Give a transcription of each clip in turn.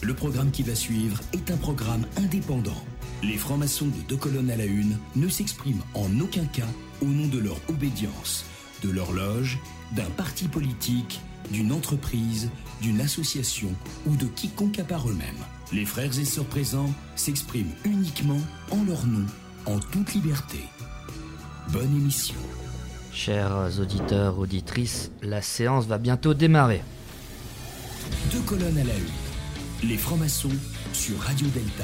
Le programme qui va suivre est un programme indépendant. Les francs-maçons de Deux Colonnes à la Une ne s'expriment en aucun cas au nom de leur obédience, de leur loge, d'un parti politique, d'une entreprise, d'une association ou de quiconque à part eux-mêmes. Les frères et sœurs présents s'expriment uniquement en leur nom, en toute liberté. Bonne émission. Chers auditeurs, auditrices, la séance va bientôt démarrer. Deux Colonnes à la Une. Les francs-maçons sur Radio Delta.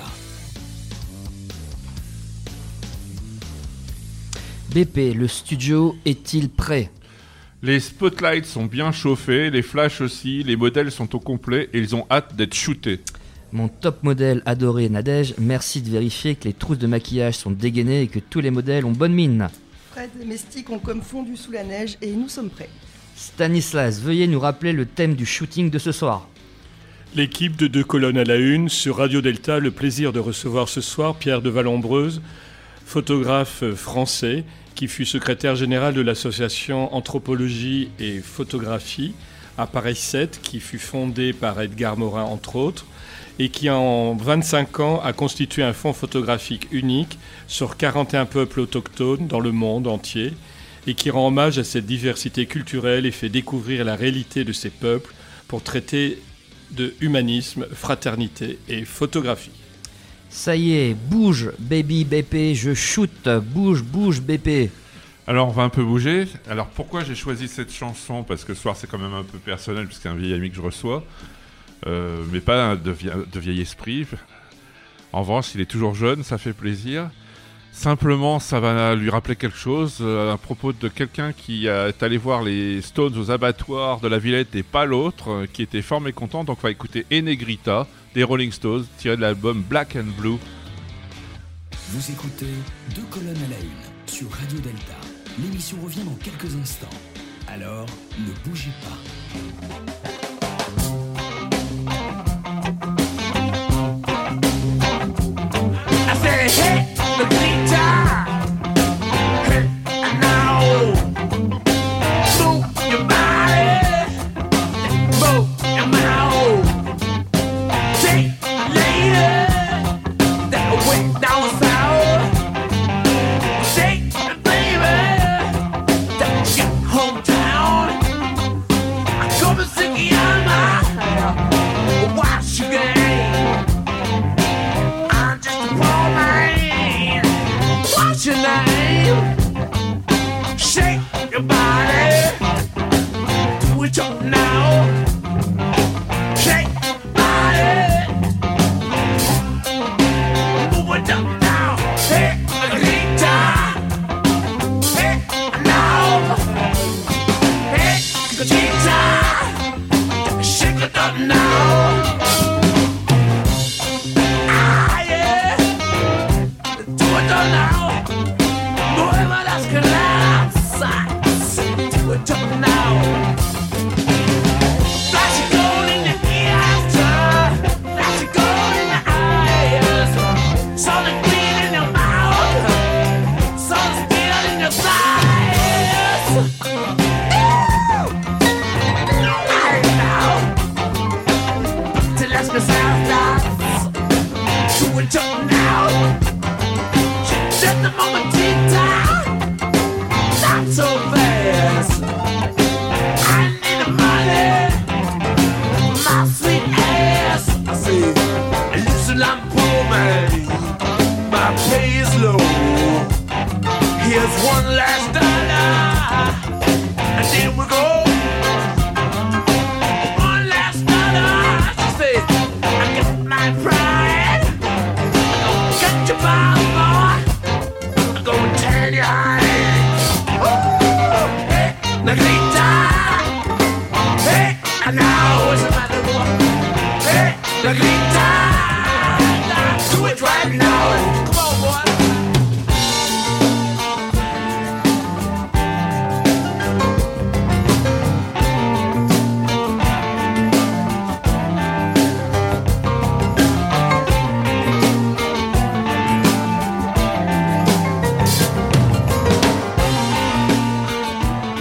BP, le studio est-il prêt ? Les spotlights sont bien chauffés, les flashs aussi, les modèles sont au complet et ils ont hâte d'être shootés. Mon top modèle adoré Nadège, merci de vérifier que les trousses de maquillage sont dégainées et que tous les modèles ont bonne mine. Fred et Mestic ont comme fondu sous la neige et nous sommes prêts. Stanislas, veuillez nous rappeler le thème du shooting de ce soir. L'équipe de Deux Colonnes à la Une sur Radio Delta, le plaisir de recevoir ce soir Pierre de Vallombreuse, photographe français, qui fut secrétaire général de l'association Anthropologie et Photographie, Appareil 7, qui fut fondée par Edgar Morin entre autres, et qui en 25 ans a constitué un fonds photographique unique sur 41 peuples autochtones dans le monde entier, et qui rend hommage à cette diversité culturelle et fait découvrir la réalité de ces peuples pour traiter de humanisme, fraternité et photographie. Ça y est, bouge, baby BP, je shoot, bouge, BP. Alors on va un peu bouger. Alors pourquoi j'ai choisi cette chanson ? Parce que ce soir c'est quand même un peu personnel puisque c'est un vieil ami que je reçois. Mais pas de vieil esprit. En revanche, il est toujours jeune, ça fait plaisir. Simplement, ça va lui rappeler quelque chose à propos de quelqu'un qui est allé voir les Stones aux abattoirs de la Villette et pas l'autre, qui était fort mécontent. Donc on va écouter Enegrita des Rolling Stones, tiré de l'album Black and Blue. Vous écoutez Deux Colonnes à la Une sur Radio Delta. L'émission revient dans quelques instants. Alors, ne bougez pas.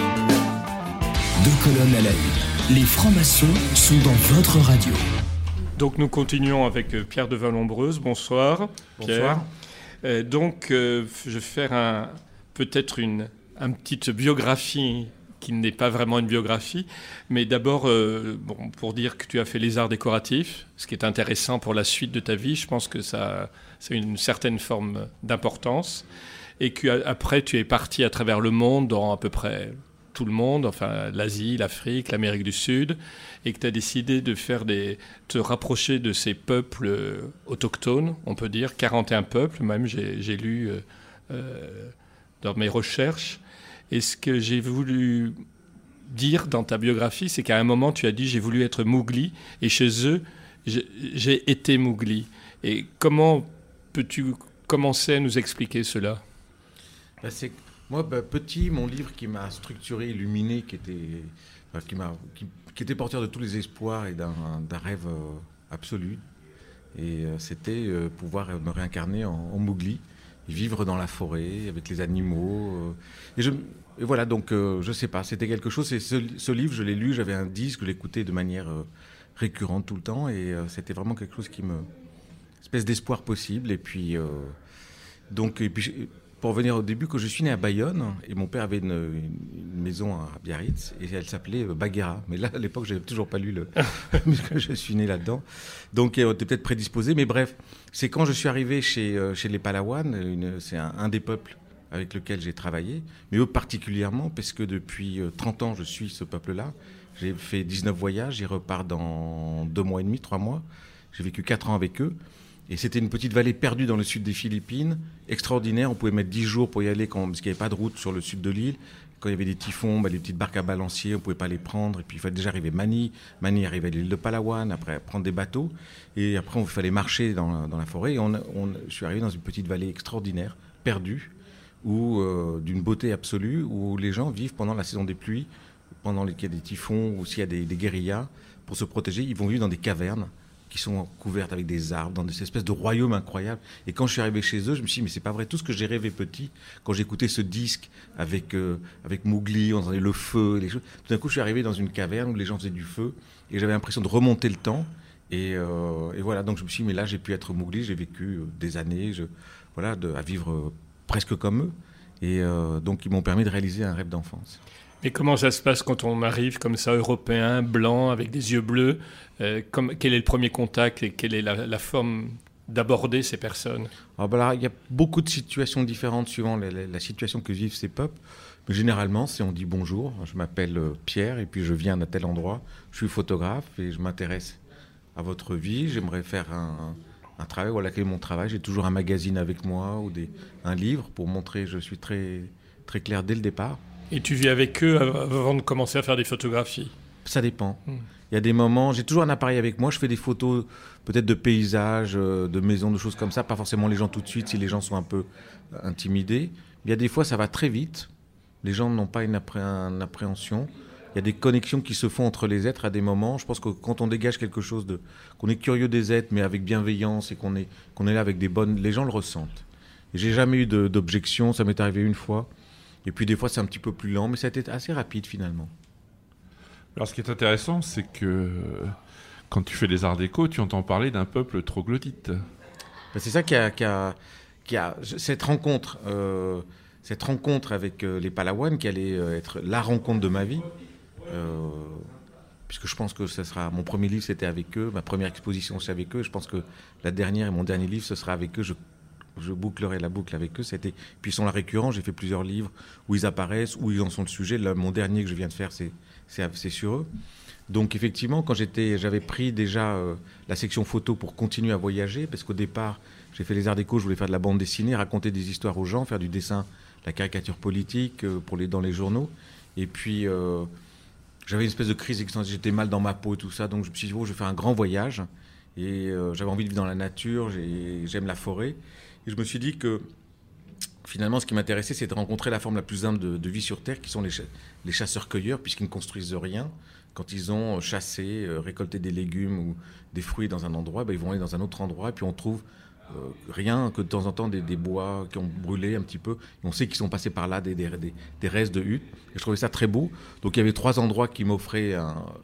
Deux Colonnes à la Une. Les francs-maçons sont dans votre radio. Donc nous continuons avec Pierre de Vallombreuse. Bonsoir. Pierre. Bonsoir. Je vais faire peut-être une petite biographie qui n'est pas vraiment une biographie, mais d'abord pour dire que tu as fait les arts décoratifs, ce qui est intéressant pour la suite de ta vie. Je pense que ça c'est une certaine forme d'importance, et qu'après tu es parti à travers le monde, dans à peu près tout le monde, enfin l'Asie, l'Afrique, l'Amérique du Sud, et que tu as décidé de te rapprocher de ces peuples autochtones, on peut dire, 41 peuples, même j'ai lu dans mes recherches. Et ce que j'ai voulu dire dans ta biographie, c'est qu'à un moment tu as dit « j'ai voulu être Mowgli », et chez eux, j'ai été Mowgli. Et comment peux-tu commencer à nous expliquer cela ? Moi, petit, mon livre qui m'a structuré, illuminé, qui était porteur de tous les espoirs et d'un rêve absolu. Et c'était pouvoir me réincarner en Mowgli, et vivre dans la forêt, avec les animaux. Et voilà, donc je sais pas, c'était quelque chose. Ce livre, je l'ai lu, j'avais un disque, je l'écoutais de manière récurrente tout le temps. Et c'était vraiment quelque chose espèce d'espoir possible. Et puis... pour revenir au début, quand je suis né à Bayonne, et mon père avait une maison à Biarritz, et elle s'appelait Bagheera. Mais là, à l'époque, je n'avais toujours pas lu puisque je suis né là-dedans. Donc, on était peut-être prédisposé. Mais bref, c'est quand je suis arrivé chez les Palawan, c'est un des peuples avec lequel j'ai travaillé, mais eux particulièrement, parce que depuis 30 ans, je suis ce peuple-là. J'ai fait 19 voyages, j'y repars dans 2 mois et demi, 3 mois. J'ai vécu 4 ans avec eux. Et c'était une petite vallée perdue dans le sud des Philippines, extraordinaire. On pouvait mettre 10 jours pour y aller parce qu'il n'y avait pas de route sur le sud de l'île. Quand il y avait des typhons, les petites barques à balancier, on ne pouvait pas les prendre. Et puis il fallait déjà arriver à Mani arriver à l'île de Palawan, après prendre des bateaux. Et après, il fallait marcher dans la forêt. Et je suis arrivé dans une petite vallée extraordinaire, perdue, d'une beauté absolue, où les gens vivent pendant la saison des pluies, pendant qu'il y a des typhons ou s'il y a des guérillas. Pour se protéger, ils vont vivre dans des cavernes qui sont couvertes avec des arbres, dans des espèces de royaumes incroyables. Et quand je suis arrivé chez eux, je me suis dit, mais c'est pas vrai, tout ce que j'ai rêvé petit, quand j'écoutais ce disque avec Mowgli, on entendait le feu, les choses. Tout d'un coup, je suis arrivé dans une caverne où les gens faisaient du feu, et j'avais l'impression de remonter le temps. Et voilà, donc je me suis dit, mais là, j'ai pu être Mowgli, j'ai vécu des années, à vivre presque comme eux. Et donc, ils m'ont permis de réaliser un rêve d'enfance. Mais comment ça se passe quand on arrive comme ça, européen, blanc, avec des yeux bleus quel est le premier contact et quelle est la forme d'aborder ces personnes ? Alors il y a beaucoup de situations différentes suivant la situation que vivent ces peuples. Mais généralement, on dit bonjour, je m'appelle Pierre et puis je viens d'un tel endroit, je suis photographe et je m'intéresse à votre vie, j'aimerais faire un travail, voilà quel est mon travail. J'ai toujours un magazine avec moi ou un livre pour montrer, je suis très, très clair dès le départ. Et tu vis avec eux avant de commencer à faire des photographies ? Ça dépend. Il y a des moments, j'ai toujours un appareil avec moi, je fais des photos peut-être de paysages, de maisons, de choses comme ça, pas forcément les gens tout de suite si les gens sont un peu intimidés. Il y a des fois, ça va très vite, les gens n'ont pas une appréhension. Il y a des connexions qui se font entre les êtres à des moments. Je pense que quand on dégage quelque chose, qu'on est curieux des êtres, mais avec bienveillance, et qu'on est là avec des bonnes... Les gens le ressentent. Et j'ai jamais eu d'objection, ça m'est arrivé une fois. Et puis des fois, c'est un petit peu plus lent, mais ça a été assez rapide finalement. Alors ce qui est intéressant, c'est que quand tu fais les arts déco, tu entends parler d'un peuple troglodyte. C'est ça qui a cette rencontre avec les Palawan qui allait être la rencontre de ma vie. Puisque je pense que ce sera mon premier livre, c'était avec eux, ma première exposition, c'est avec eux. Je pense que la dernière et mon dernier livre, ce sera avec eux. Je bouclerai la boucle avec eux. Puis ils sont là récurrents. J'ai fait plusieurs livres où ils apparaissent, où ils en sont le sujet. Là, mon dernier que je viens de faire, c'est sur eux. Donc effectivement, quand j'avais pris déjà la section photo pour continuer à voyager, parce qu'au départ, j'ai fait les arts déco, je voulais faire de la bande dessinée, raconter des histoires aux gens, faire du dessin, la caricature politique dans les journaux. Et puis j'avais une espèce de crise existentielle, j'étais mal dans ma peau et tout ça, donc je me suis dit, je vais faire un grand voyage. Et j'avais envie de vivre dans la nature, j'aime la forêt. Et je me suis dit que finalement, ce qui m'intéressait, c'est de rencontrer la forme la plus humble de vie sur Terre, qui sont les chasseurs-cueilleurs, puisqu'ils ne construisent rien. Quand ils ont chassé, récolté des légumes ou des fruits dans un endroit, ils vont aller dans un autre endroit, et puis on trouve rien que de temps en temps des bois qui ont brûlé un petit peu. Et on sait qu'ils sont passés par là, des restes de huttes. Et je trouvais ça très beau. Donc il y avait 3 endroits qui m'offraient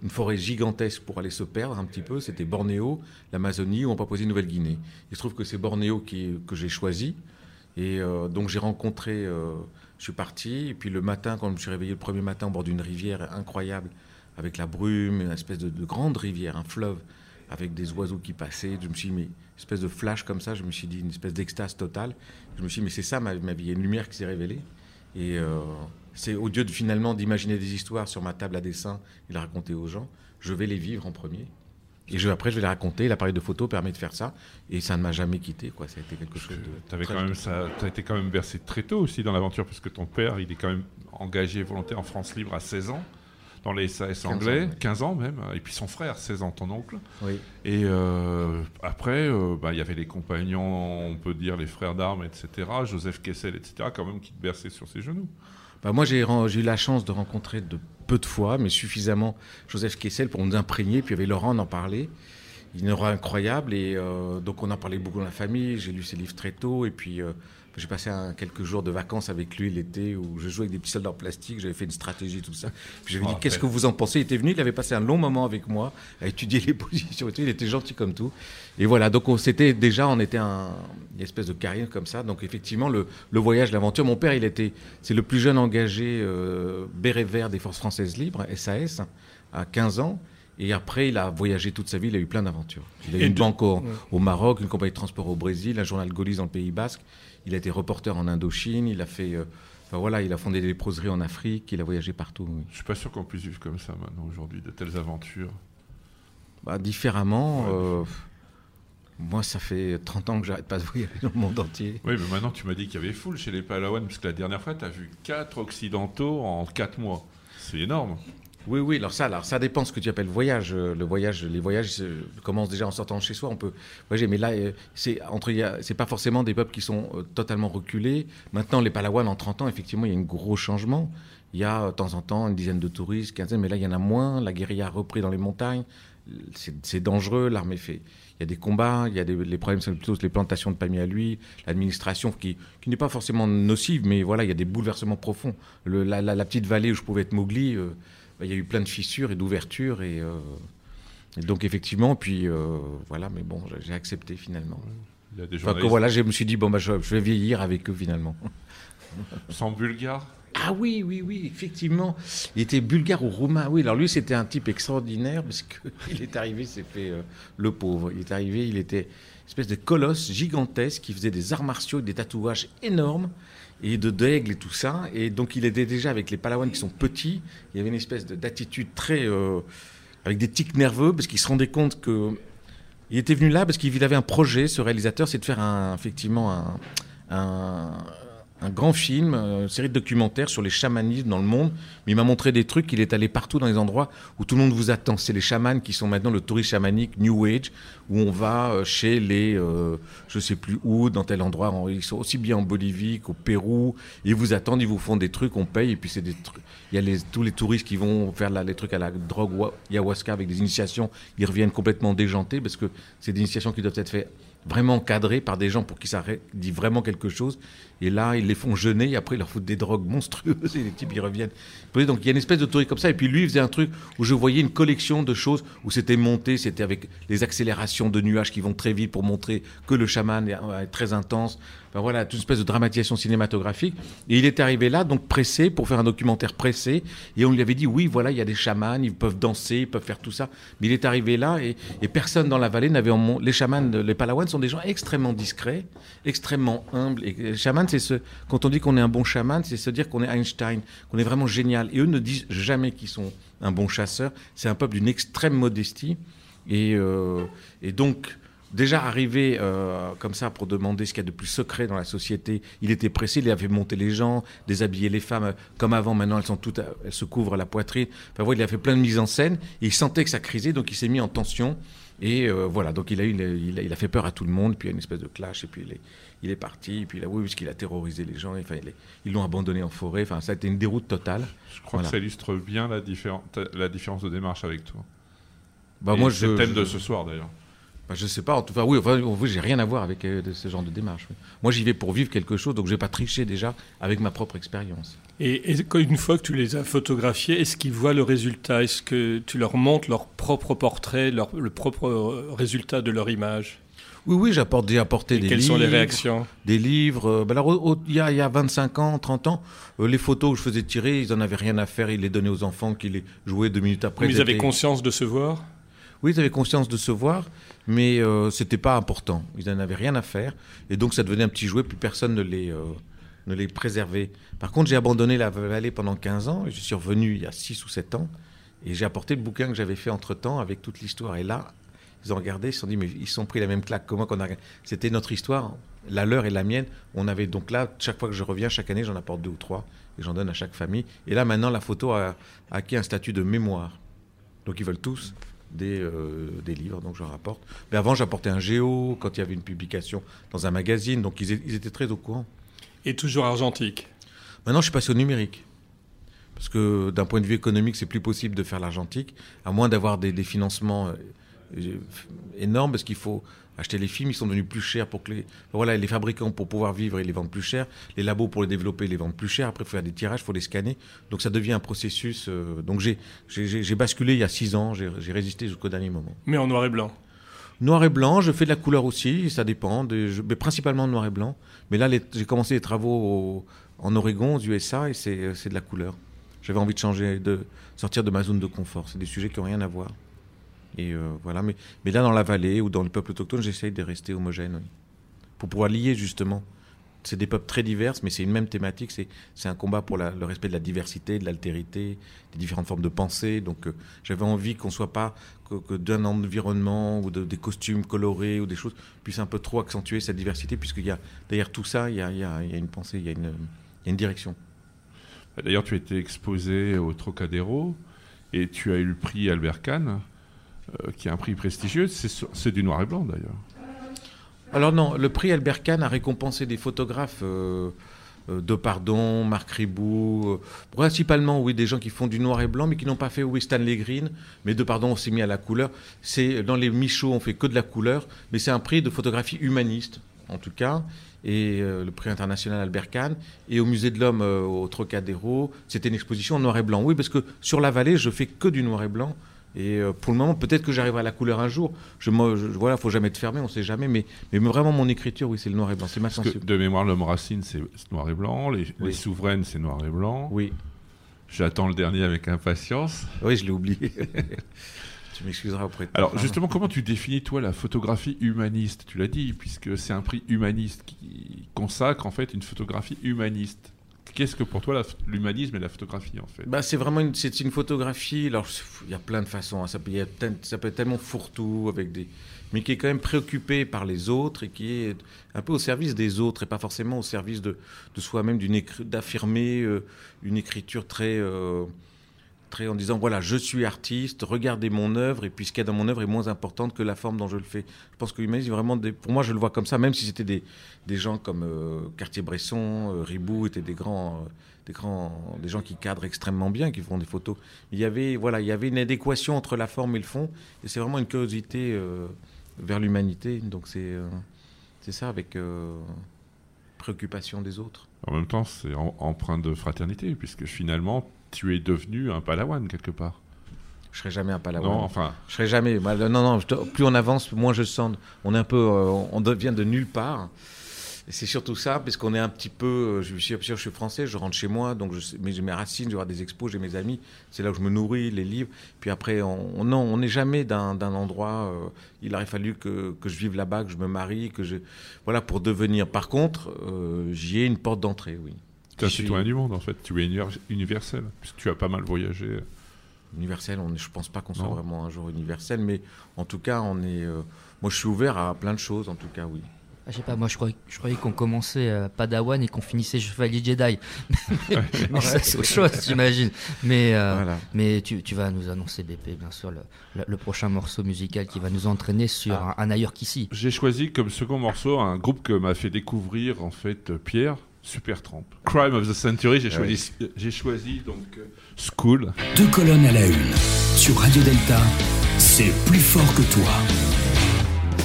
une forêt gigantesque pour aller se perdre un petit peu. C'était Bornéo, l'Amazonie ou en Papouasie-Nouvelle-Guinée. Il se trouve que c'est Bornéo que j'ai choisi. Et donc j'ai rencontré, je suis parti. Et puis le matin, quand je me suis réveillé le premier matin au bord d'une rivière incroyable, avec la brume, une espèce de grande rivière, un fleuve, avec des oiseaux qui passaient. Je me suis dit, mais une espèce de flash comme ça, je me suis dit, une espèce d'extase totale. Je me suis dit, mais c'est ça ma vie, il y a une lumière qui s'est révélée. Et c'est au lieu finalement d'imaginer des histoires sur ma table à dessin et les raconter aux gens, je vais les vivre en premier. Et après, je vais les raconter. L'appareil de photo permet de faire ça. Et ça ne m'a jamais quitté, quoi. Ça a été quelque chose de... T'as été quand même versé très tôt aussi dans l'aventure, parce que ton père, il est quand même engagé volontaire en France Libre à 16 ans. Dans les SAS anglais, 15 ans même, et puis son frère, 16 ans, ton oncle. Oui. Et après, il y avait les compagnons, on peut dire les frères d'armes, etc., Joseph Kessel, etc., quand même, qui te berçaient sur ses genoux. Moi, j'ai eu la chance de rencontrer de peu de fois, mais suffisamment Joseph Kessel pour nous imprégner, puis il y avait Laurent, on en parlait. Il est incroyable, et donc on en parlait beaucoup dans la famille, j'ai lu ses livres très tôt, et puis... j'ai passé quelques jours de vacances avec lui l'été où je jouais avec des petits soldats en plastique, j'avais fait une stratégie, tout ça. Puis j'avais dit, qu'est-ce que vous en pensez ? Il était venu, il avait passé un long moment avec moi à étudier les positions et tout, il était gentil comme tout. Et voilà, donc on était une espèce de carrière comme ça. Donc effectivement, le voyage, l'aventure. Mon père, c'est le plus jeune engagé béret vert des Forces Françaises Libres, SAS, à 15 ans. Et après, il a voyagé toute sa vie, il a eu plein d'aventures. Il a eu une banque au Maroc, une compagnie de transport au Brésil, un journal gaulliste dans le Pays Basque. Il a été reporter en Indochine, il a fait... il a fondé des léproseries en Afrique, il a voyagé partout. Oui. Je suis pas sûr qu'on puisse vivre comme ça maintenant, aujourd'hui, de telles aventures. Différemment, moi, ça fait 30 ans que j'arrête pas de voyager dans le monde entier. Oui, mais maintenant, tu m'as dit qu'il y avait foule chez les Palawans, parce que la dernière fois, tu as vu 4 occidentaux en 4 mois. C'est énorme. Oui, alors ça dépend de ce que tu appelles voyage. Les voyages commencent déjà en sortant de chez soi. On peut voyager, mais là, c'est pas forcément des peuples qui sont totalement reculés. Maintenant, les Palawans, en 30 ans, effectivement, il y a un gros changement. Il y a de temps en temps une dizaine de touristes, 15, mais là, il y en a moins. La guérilla a repris dans les montagnes. C'est dangereux, l'armée fait. Il y a des combats, les problèmes sont plutôt les plantations de palmiers à l'huile, l'administration qui n'est pas forcément nocive, mais voilà, il y a des bouleversements profonds. La petite vallée où je pouvais être Mowgli... il y a eu plein de fissures et d'ouvertures et donc effectivement puis mais bon j'ai accepté finalement. Il y a des journalistes... je me suis dit je vais vieillir avec eux finalement. Sans bulgare. Ah oui, effectivement. Il était bulgare ou roumain. Oui, alors lui c'était un type extraordinaire parce qu'il est arrivé, c'est fait le pauvre. Il est arrivé, il était une espèce de colosse gigantesque qui faisait des arts martiaux, des tatouages énormes. Et d'aigle et tout ça. Et donc, il était déjà avec les Palawans qui sont petits. Il y avait une espèce d'attitude très... avec des tics nerveux, parce qu'il se rendait compte que... Il était venu là parce qu'il avait un projet, ce réalisateur, c'est de faire effectivement un grand film, une série de documentaires sur les chamanismes dans le monde. Mais il m'a montré des trucs, il est allé partout dans les endroits où tout le monde vous attend. C'est les chamans qui sont maintenant le tourisme chamanique New Age, où on va chez les, je sais plus où, dans tel endroit. Ils sont aussi bien en Bolivie qu'au Pérou. Ils vous attendent, ils vous font des trucs, on paye. Et puis c'est des trucs. Il y a tous les touristes qui vont faire les trucs à la drogue ayahuasca avec des initiations. Ils reviennent complètement déjantés parce que c'est des initiations qui doivent être faites vraiment encadrés par des gens pour qui ça dit vraiment quelque chose. Et là, ils les font jeûner et après, ils leur foutent des drogues monstrueuses et les types, ils reviennent. Donc, il y a une espèce de tourisme comme ça. Et puis, lui, il faisait un truc où je voyais une collection de choses où c'était monté, c'était avec les accélérations de nuages qui vont très vite pour montrer que le chaman est très intense. Toute une espèce de dramatisation cinématographique. Et il est arrivé là, donc pressé, pour faire un documentaire pressé. Et on lui avait dit, oui, voilà, il y a des chamans, ils peuvent danser, ils peuvent faire tout ça. Mais il est arrivé là et personne dans la vallée n'avait... Les chamans, les Palawans sont des gens extrêmement discrets, extrêmement humbles. Et les chamans, quand on dit qu'on est un bon chaman, c'est se dire qu'on est Einstein, qu'on est vraiment génial. Et eux ne disent jamais qu'ils sont un bon chasseur. C'est un peuple d'une extrême modestie. Et donc... Déjà arrivé comme ça pour demander ce qu'il y a de plus secret dans la société, il était pressé, il avait monté les gens, déshabillé les femmes comme avant, maintenant elles se couvrent la poitrine. Il a fait plein de mises en scène, et il sentait que ça crisait, donc il s'est mis en tension. Et donc il a fait peur à tout le monde, puis il y a une espèce de clash, et puis il est parti, et puis puisqu'il a terrorisé les gens, ils l'ont abandonné en forêt, ça a été une déroute totale. Je crois que ça illustre bien la différence de démarche avec toi. C'est le thème de ce soir d'ailleurs. Je sais pas, en tout cas, oui, j'ai rien à voir avec ce genre de démarche. Oui. Moi, j'y vais pour vivre quelque chose, donc je vais pas tricher déjà avec ma propre expérience. Et une fois que tu les as photographiés, est-ce qu'ils voient le résultat ? Est-ce que tu leur montres leur propre portrait, le propre résultat de leur image ? Oui, j'ai apporté des livres. Quelles sont les réactions ? Des livres. Il y a 25 ans, 30 ans, les photos que je faisais tirer, ils n'en avaient rien à faire. Ils les donnaient aux enfants qui les jouaient 2 minutes après. Mais ils avaient conscience de se voir ? Oui, ils avaient conscience de se voir, mais c'était pas important. Ils n'en avaient rien à faire. Et donc, ça devenait un petit jouet, plus personne ne les préservait. Par contre, j'ai abandonné la vallée pendant 15 ans. Et je suis revenu il y a 6 ou 7 ans. Et j'ai apporté le bouquin que j'avais fait entre-temps avec toute l'histoire. Et là, ils ont regardé, ils se sont dit, mais ils se sont pris la même claque que moi. C'était notre histoire, la leur et la mienne. On avait donc là, chaque fois que je reviens, chaque année, j'en apporte 2 ou 3. Et j'en donne à chaque famille. Et là, maintenant, la photo a acquis un statut de mémoire. Donc, ils veulent tous des livres, donc je rapporte. Mais avant, j'apportais un géo quand il y avait une publication dans un magazine. Donc, ils étaient très au courant. Et toujours argentique ? Maintenant, je suis passé au numérique. Parce que d'un point de vue économique, c'est plus possible de faire l'argentique, à moins d'avoir des financements énormes, parce qu'il faut acheter les films, ils sont devenus plus chers pour que les fabricants, pour pouvoir vivre, ils les vendent plus cher, les labos pour les développer, ils les vendent plus cher, après il faut faire des tirages, il faut les scanner, donc ça devient un processus. Donc j'ai basculé il y a 6 ans, j'ai résisté jusqu'au dernier moment. Mais en noir et blanc ? Noir et blanc, je fais de la couleur aussi, ça dépend, mais principalement noir et blanc. Mais là, j'ai commencé les travaux en Oregon, aux USA, et c'est de la couleur. J'avais envie de changer, de sortir de ma zone de confort. C'est des sujets qui n'ont rien à voir. Et voilà. Mais là, dans la vallée ou dans le peuple autochtone, j'essaye de rester homogène. Oui. Pour pouvoir lier, justement. C'est des peuples très divers, mais c'est une même thématique. C'est un combat pour le respect de la diversité, de l'altérité, des différentes formes de pensée. Donc, j'avais envie qu'on ne soit pas que d'un environnement ou des costumes colorés ou des choses puissent un peu trop accentuer cette diversité, puisqu'il y a derrière tout ça, il y a une pensée, il y a une direction. D'ailleurs, tu as été exposé au Trocadéro et tu as eu le prix Albert Kahn, qui est un prix prestigieux. C'est du noir et blanc, d'ailleurs. Alors non, le prix Albert Kahn a récompensé des photographes, Depardon, Marc Ribou, principalement, oui, des gens qui font du noir et blanc, mais qui n'ont pas fait, oui, Stanley Green, mais Depardon, on s'est mis à la couleur. Dans les Michauds, on fait que de la couleur, mais c'est un prix de photographie humaniste, en tout cas, et le prix international Albert Kahn. Et au Musée de l'Homme, au Trocadéro, c'était une exposition en noir et blanc. Oui, parce que sur la vallée, je fais que du noir et blanc. Et pour le moment, peut-être que j'arriverai à la couleur un jour. Voilà, faut jamais être fermé, on sait jamais. Mais vraiment, mon écriture, oui, c'est le noir et blanc. C'est ma censure. De mémoire, l'homme racine, c'est noir et blanc. Les souveraines, c'est noir et blanc. Oui. J'attends le dernier avec impatience. Oui, je l'ai oublié. Tu m'excuseras auprès de toi. Alors, justement, comment tu définis, toi, la photographie humaniste ? Tu l'as dit, puisque c'est un prix humaniste qui consacre, en fait, une photographie humaniste. Qu'est-ce que pour toi l'humanisme et la photographie, en fait ? C'est vraiment une photographie. Alors, il y a plein de façons. Hein. Ça peut être tellement fourre-tout, mais qui est quand même préoccupé par les autres et qui est un peu au service des autres et pas forcément au service de soi-même, d'affirmer une écriture très en disant voilà, je suis artiste, regardez mon œuvre, et puis ce qu'il y a dans mon œuvre est moins importante que la forme dont je le fais. Je pense que l'humanisme, vraiment, pour moi, je le vois comme ça, même si c'était des gens comme Cartier-Bresson, Ribou, étaient des gens qui cadrent extrêmement bien, qui font des photos. Il y avait une adéquation entre la forme et le fond, et c'est vraiment une curiosité vers l'humanité. Donc c'est ça, avec préoccupation des autres. En même temps, c'est empreint de fraternité, puisque finalement, tu es devenu un palawan, quelque part. Je serai jamais un palawan. Non, enfin... Je serai jamais... Non, plus on avance, moins je sens... On est un peu... on devient de nulle part. Et c'est surtout ça, parce qu'on est un petit peu... Je suis français, je rentre chez moi, donc j'ai mes racines, je vais voir des expos, j'ai mes amis. C'est là où je me nourris, les livres. Puis après, on n'est jamais d'un endroit... il aurait fallu que je vive là-bas, que je me marie, Voilà, pour devenir... Par contre, j'y ai une porte d'entrée, oui. Tu es un citoyen du monde, en fait. Tu es universel, puisque tu as pas mal voyagé. Universel, je pense pas qu'on soit vraiment un jour universel, mais en tout cas, on est... moi, je suis ouvert à plein de choses, en tout cas, oui. Je sais pas, moi je croyais qu'on commençait Padawan et qu'on finissait Chevalier Jedi. mais ça c'est autre chose, j'imagine. Mais tu vas nous annoncer, BP, bien sûr, le prochain morceau musical qui va nous entraîner sur un ailleurs qu'ici. J'ai choisi comme second morceau un groupe que m'a fait découvrir en fait Pierre, Supertramp. Crime of the Century, j'ai choisi donc School. 2 colonnes à la une. Sur Radio Delta, c'est plus fort que toi.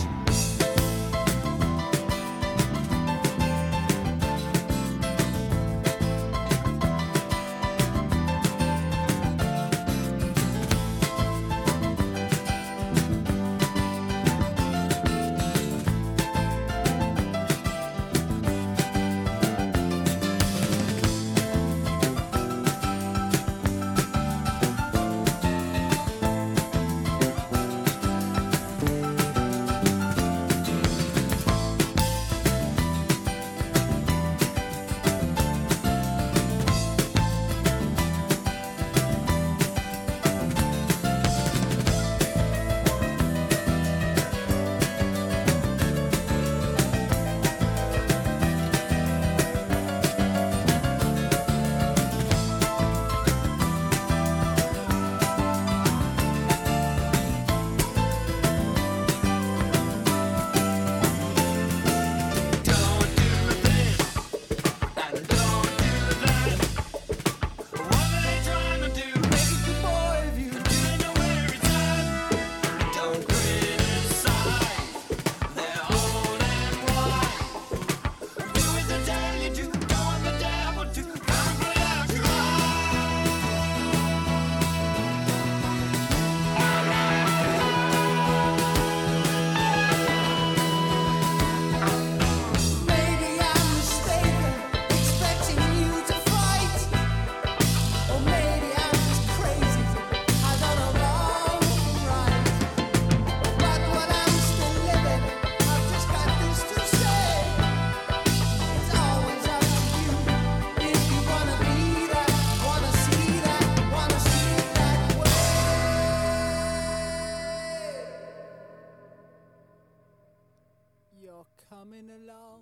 you're coming along.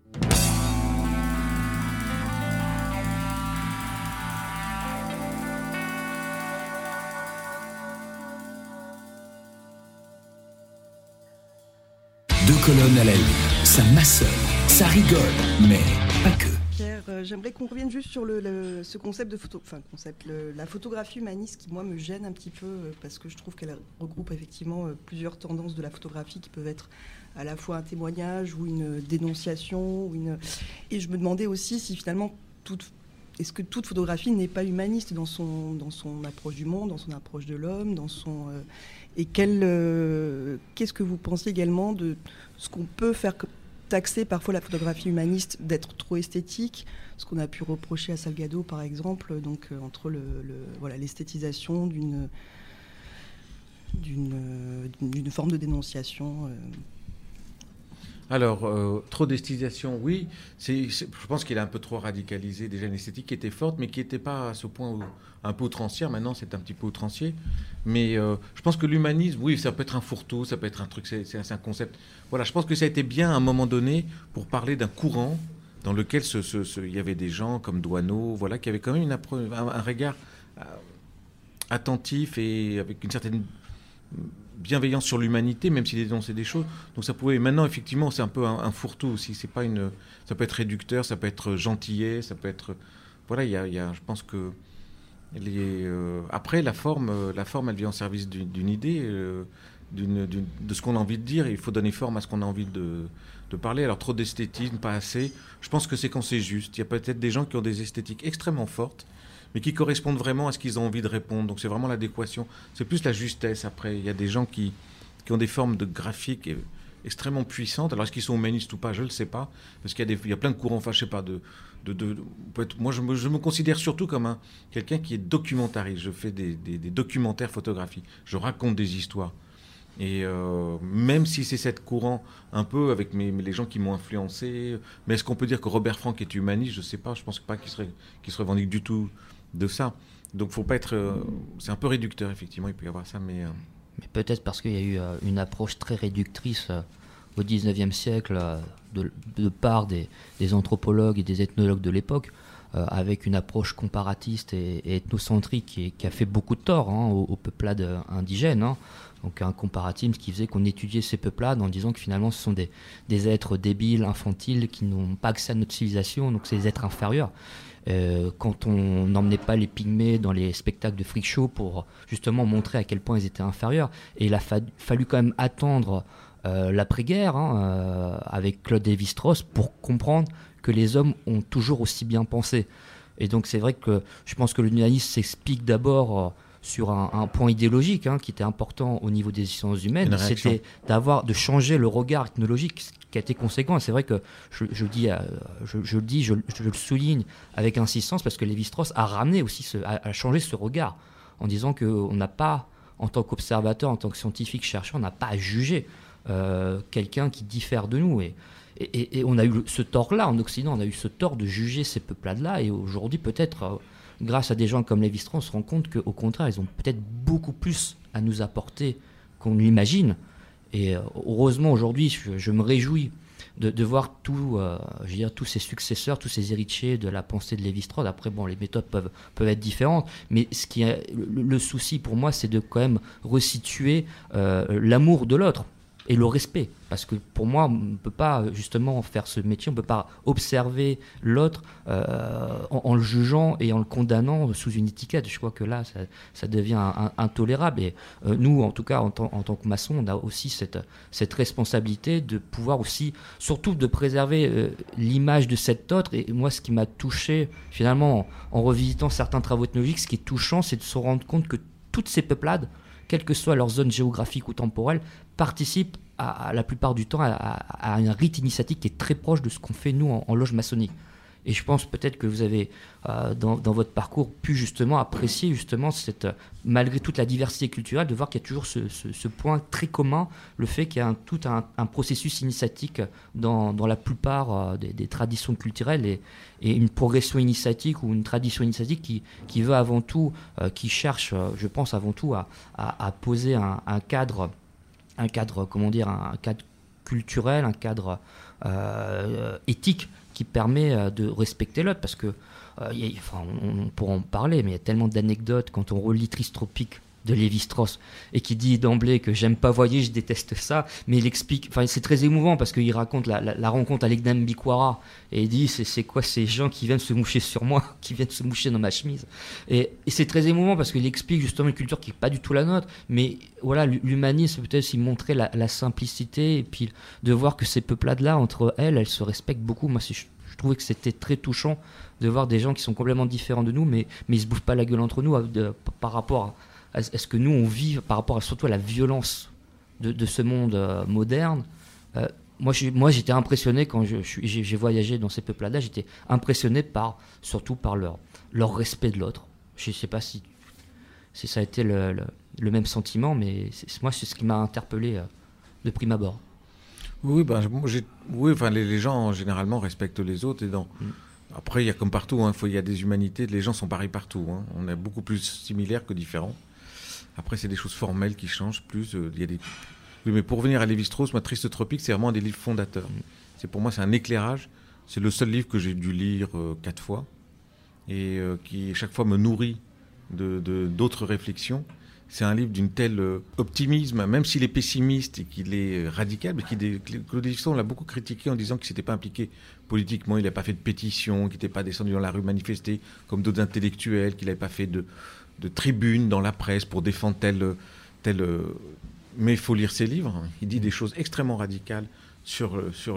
Deux colonnes à la une, ça maçonne, ça rigole, mais pas que. Pierre, j'aimerais qu'on revienne juste sur ce concept de la photographie humaniste qui, moi, me gêne un petit peu parce que je trouve qu'elle regroupe effectivement plusieurs tendances de la photographie qui peuvent être à la fois un témoignage ou une dénonciation. Et je me demandais aussi si finalement, est-ce que toute photographie n'est pas humaniste dans son approche du monde, dans son approche de l'homme, et qu'est-ce que vous pensez également de ce qu'on peut faire taxer parfois la photographie humaniste d'être trop esthétique, ce qu'on a pu reprocher à Salgado par exemple, donc entre l'esthétisation d'une forme de dénonciation. Alors, trop d'esthétisation, oui. Je pense qu'il a un peu trop radicalisé déjà une esthétique qui était forte, mais qui n'était pas à ce point un peu outrancière. Maintenant, c'est un petit peu outrancier. Mais je pense que l'humanisme, oui, ça peut être un fourre-tout, ça peut être un truc, c'est un concept. Voilà, je pense que ça a été bien à un moment donné pour parler d'un courant dans lequel il y avait des gens comme Doisneau, voilà, qui avaient quand même un regard attentif et avec une certaine bienveillance sur l'humanité, même s'il dénonçait des choses. Donc ça pouvait. Maintenant, effectivement, c'est un peu un fourre-tout aussi. C'est pas ça peut être réducteur, ça peut être gentillet, ça peut être. Voilà, je pense que après la forme, elle vient en service d'une idée, de ce qu'on a envie de dire. Et il faut donner forme à ce qu'on a envie de parler. Alors trop d'esthétisme, pas assez. Je pense que c'est quand c'est juste. Il y a peut-être des gens qui ont des esthétiques extrêmement fortes, mais qui correspondent vraiment à ce qu'ils ont envie de répondre. Donc c'est vraiment l'adéquation. C'est plus la justesse après. Il y a des gens qui ont des formes de graphiques extrêmement puissantes. Alors est-ce qu'ils sont humanistes ou pas, je ne le sais pas. Parce qu'il y a plein de courants, enfin je sais pas, moi je me considère surtout comme quelqu'un qui est documentariste. Je fais des documentaires photographiques. Je raconte des histoires. Et même si c'est cette courant un peu avec les gens qui m'ont influencé, mais est-ce qu'on peut dire que Robert Frank est humaniste? Je ne sais pas, je pense pas qu'il se revendique du tout de ça. Donc faut pas être... c'est un peu réducteur, effectivement, il peut y avoir ça, mais peut-être parce qu'il y a eu une approche très réductrice au XIXe siècle de part des anthropologues et des ethnologues de l'époque, avec une approche comparatiste et ethnocentrique qui a fait beaucoup de tort aux peuplades indigènes. Donc un comparatisme qui faisait qu'on étudiait ces peuplades en disant que finalement ce sont des êtres débiles, infantiles, qui n'ont pas accès à notre civilisation, donc c'est des êtres inférieurs. Quand on n'emmenait pas les pygmées dans les spectacles de freak show pour justement montrer à quel point ils étaient inférieurs. Et il a fallu quand même attendre l'après-guerre avec Claude Lévi-Strauss pour comprendre que les hommes ont toujours aussi bien pensé. Et donc c'est vrai que je pense que l'humanisme s'explique d'abord sur un point idéologique qui était important au niveau des sciences humaines, c'était de changer le regard ethnologique qui a été conséquent. Et c'est vrai que je le souligne avec insistance parce que Lévi-Strauss a ramené aussi, a changé ce regard en disant qu'on n'a pas, en tant qu'observateur, en tant que scientifique chercheur, on n'a pas à juger quelqu'un qui diffère de nous. Et on a eu ce tort-là en Occident, on a eu ce tort de juger ces peuplades-là. Et aujourd'hui, peut-être, grâce à des gens comme Lévi-Strauss, on se rend compte qu'au contraire, ils ont peut-être beaucoup plus à nous apporter qu'on l'imagine. Et heureusement, aujourd'hui, je me réjouis de voir tous ces successeurs, tous ces héritiers de la pensée de Lévi-Strauss. Après, les méthodes peuvent être différentes, mais le souci pour moi, c'est de quand même resituer l'amour de l'autre et le respect. Parce que pour moi, on ne peut pas justement faire ce métier, on ne peut pas observer l'autre en le jugeant et en le condamnant sous une étiquette. Je crois que là, ça devient intolérable. Et nous, en tout cas, en tant que maçons, on a aussi cette responsabilité de pouvoir aussi, surtout de préserver l'image de cet autre. Et moi, ce qui m'a touché, finalement, en revisitant certains travaux ethnologiques, ce qui est touchant, c'est de se rendre compte que toutes ces peuplades, quelle que soit leur zone géographique ou temporelle, participent à la plupart du temps à un rite initiatique qui est très proche de ce qu'on fait nous en loge maçonnique. Et je pense peut-être que vous avez dans votre parcours pu justement apprécier justement malgré toute la diversité culturelle, de voir qu'il y a toujours ce point très commun, le fait qu'il y a tout un processus initiatique dans la plupart des traditions culturelles et une progression initiatique ou une tradition initiatique qui veut avant tout, qui cherche, je pense avant tout à poser un cadre culturel, un cadre éthique qui permet de respecter l'autre, parce que on pourra en parler, mais il y a tellement d'anecdotes quand on relit Tristropique de Lévi-Strauss et qui dit d'emblée que j'aime pas voyager, je déteste ça, mais il explique, c'est très émouvant parce qu'il raconte la rencontre avec Dame Bikwara et il dit c'est quoi ces gens qui viennent se moucher sur moi, qui viennent se moucher dans ma chemise, et c'est très émouvant parce qu'il explique justement une culture qui est pas du tout la nôtre, mais voilà, l'humanisme peut-être s'y montrer la simplicité et puis de voir que ces peuplades-là entre elles se respectent beaucoup. Moi je trouvais que c'était très touchant de voir des gens qui sont complètement différents de nous, mais ils se bouffent pas la gueule entre nous par rapport à ce que nous on vit, par rapport surtout à la violence de ce monde moderne. Moi j'étais impressionné quand j'ai voyagé dans ces peuplades-là, j'étais impressionné surtout par leur respect de l'autre. Je ne sais pas si ça a été le même sentiment, mais moi c'est ce qui m'a interpellé de prime abord. Oui, les gens généralement respectent les autres. Après, il y a comme partout, il y a des humanités, les gens sont pareils partout. On est beaucoup plus similaires que différents. Après, c'est des choses formelles qui changent plus. Oui, mais pour revenir à Lévi-Strauss, Tristropique, c'est vraiment un des livres fondateurs. Pour moi, c'est un éclairage. C'est le seul livre que j'ai dû lire 4 fois et qui, chaque fois, me nourrit d'autres réflexions. C'est un livre d'une telle optimisme, même s'il est pessimiste et qu'il est radical, mais Claude Lévi-Strauss, on l'a beaucoup critiqué en disant qu'il ne s'était pas impliqué politiquement, il n'a pas fait de pétition, qu'il n'était pas descendu dans la rue manifester comme d'autres intellectuels, qu'il n'avait pas fait de tribune dans la presse pour défendre tel. Mais il faut lire ses livres. Il dit des choses extrêmement radicales sur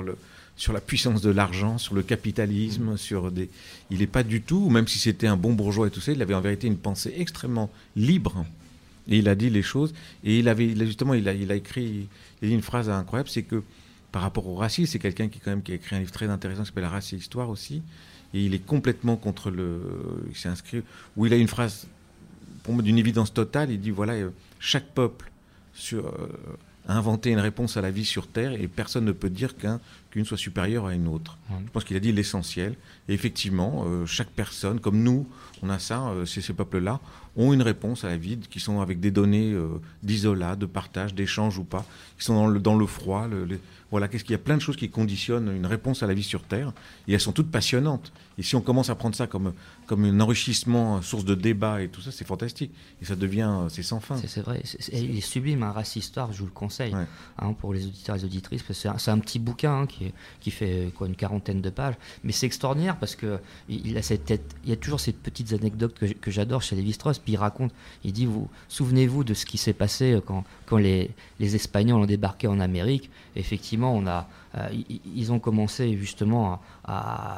la puissance de l'argent, sur le capitalisme, il n'est pas du tout, même si c'était un bon bourgeois et tout ça, il avait en vérité une pensée extrêmement libre. Et il a dit les choses. Et il a écrit une phrase incroyable, c'est que par rapport au racisme, c'est quelqu'un qui a écrit un livre très intéressant qui s'appelle La race et l'histoire aussi. Et il est complètement contre il s'est inscrit, où il a une phrase, pour moi, d'une évidence totale. Il dit chaque peuple a inventé une réponse à la vie sur Terre et personne ne peut dire qu'une soit supérieure à une autre. Je pense qu'il a dit l'essentiel. Et effectivement, chaque personne, comme nous, on a ça, ces peuples-là, ont une réponse à la vie, qui sont avec des données d'isolat, de partage, d'échange ou pas, qui sont dans le froid. Qu'est-ce qu'il y a plein de choses qui conditionnent une réponse à la vie sur Terre, et elles sont toutes passionnantes. Et si on commence à prendre ça comme un enrichissement, source de débat et tout ça, c'est fantastique. Et ça c'est sans fin. C'est vrai. Il est sublime, Race Histoire, je vous le conseille, pour les auditeurs et les auditrices, parce que c'est un petit bouquin qui fait une 40aine de pages, mais c'est extraordinaire parce que il y a toujours ces petites anecdotes que j'adore chez Lévi-Strauss. Puis il dit, souvenez-vous de ce qui s'est passé quand les Espagnols ont débarqué en Amérique. Effectivement, ils ont commencé justement à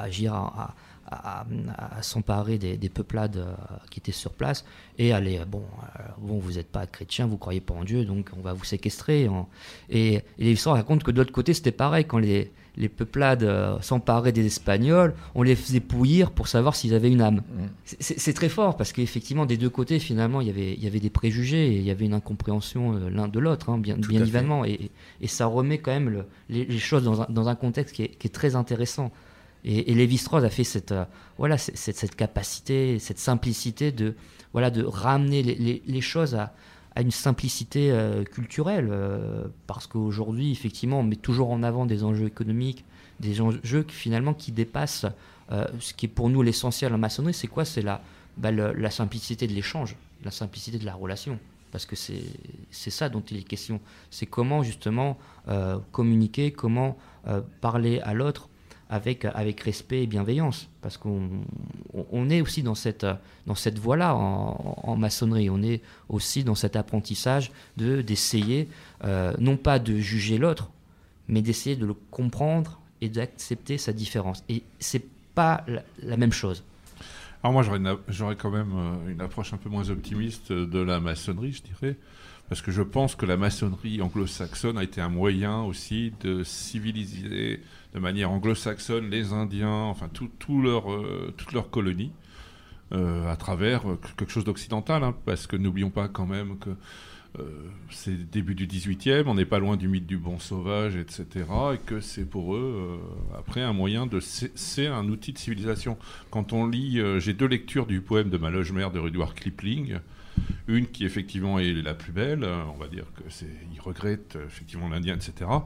s'emparer des peuplades qui étaient sur place et aller, vous n'êtes pas chrétien, vous ne croyez pas en Dieu, donc on va vous séquestrer. Et l'histoire raconte que de l'autre côté, c'était pareil. Quand les peuplades s'emparaient des Espagnols, on les faisait pouillir pour savoir s'ils avaient une âme. C'est très fort, parce qu'effectivement, des deux côtés, finalement, il y avait des préjugés et il y avait une incompréhension l'un de l'autre, bien évidemment. Et ça remet quand même les choses dans un contexte qui est très intéressant. Et Lévi-Strauss a fait cette capacité, cette simplicité de ramener les choses à une simplicité culturelle, parce qu'aujourd'hui, effectivement, on met toujours en avant des enjeux économiques, des enjeux finalement qui dépassent ce qui est pour nous l'essentiel en maçonnerie. C'est quoi ? C'est la simplicité de l'échange, la simplicité de la relation, parce que c'est ça dont il est question. C'est comment justement communiquer, comment parler à l'autre avec respect et bienveillance, parce qu'on est aussi dans cette voie-là en maçonnerie. On est aussi dans cet apprentissage d'essayer, non pas de juger l'autre, mais d'essayer de le comprendre et d'accepter sa différence. Et c'est pas la même chose. Alors moi, j'aurais quand même une approche un peu moins optimiste de la maçonnerie, je dirais, parce que je pense que la maçonnerie anglo-saxonne a été un moyen aussi de civiliser de manière anglo-saxonne les Indiens, enfin toute leur colonie, à travers quelque chose d'occidental, parce que n'oublions pas quand même que c'est le début du 18e, on n'est pas loin du mythe du bon sauvage, etc., et que c'est pour eux, après, un moyen c'est un outil de civilisation. Quand on lit, j'ai 2 lectures du poème de Ma loge mère de Rudyard Kipling, une qui effectivement est la plus belle, on va dire il regrette effectivement l'Indien, etc.,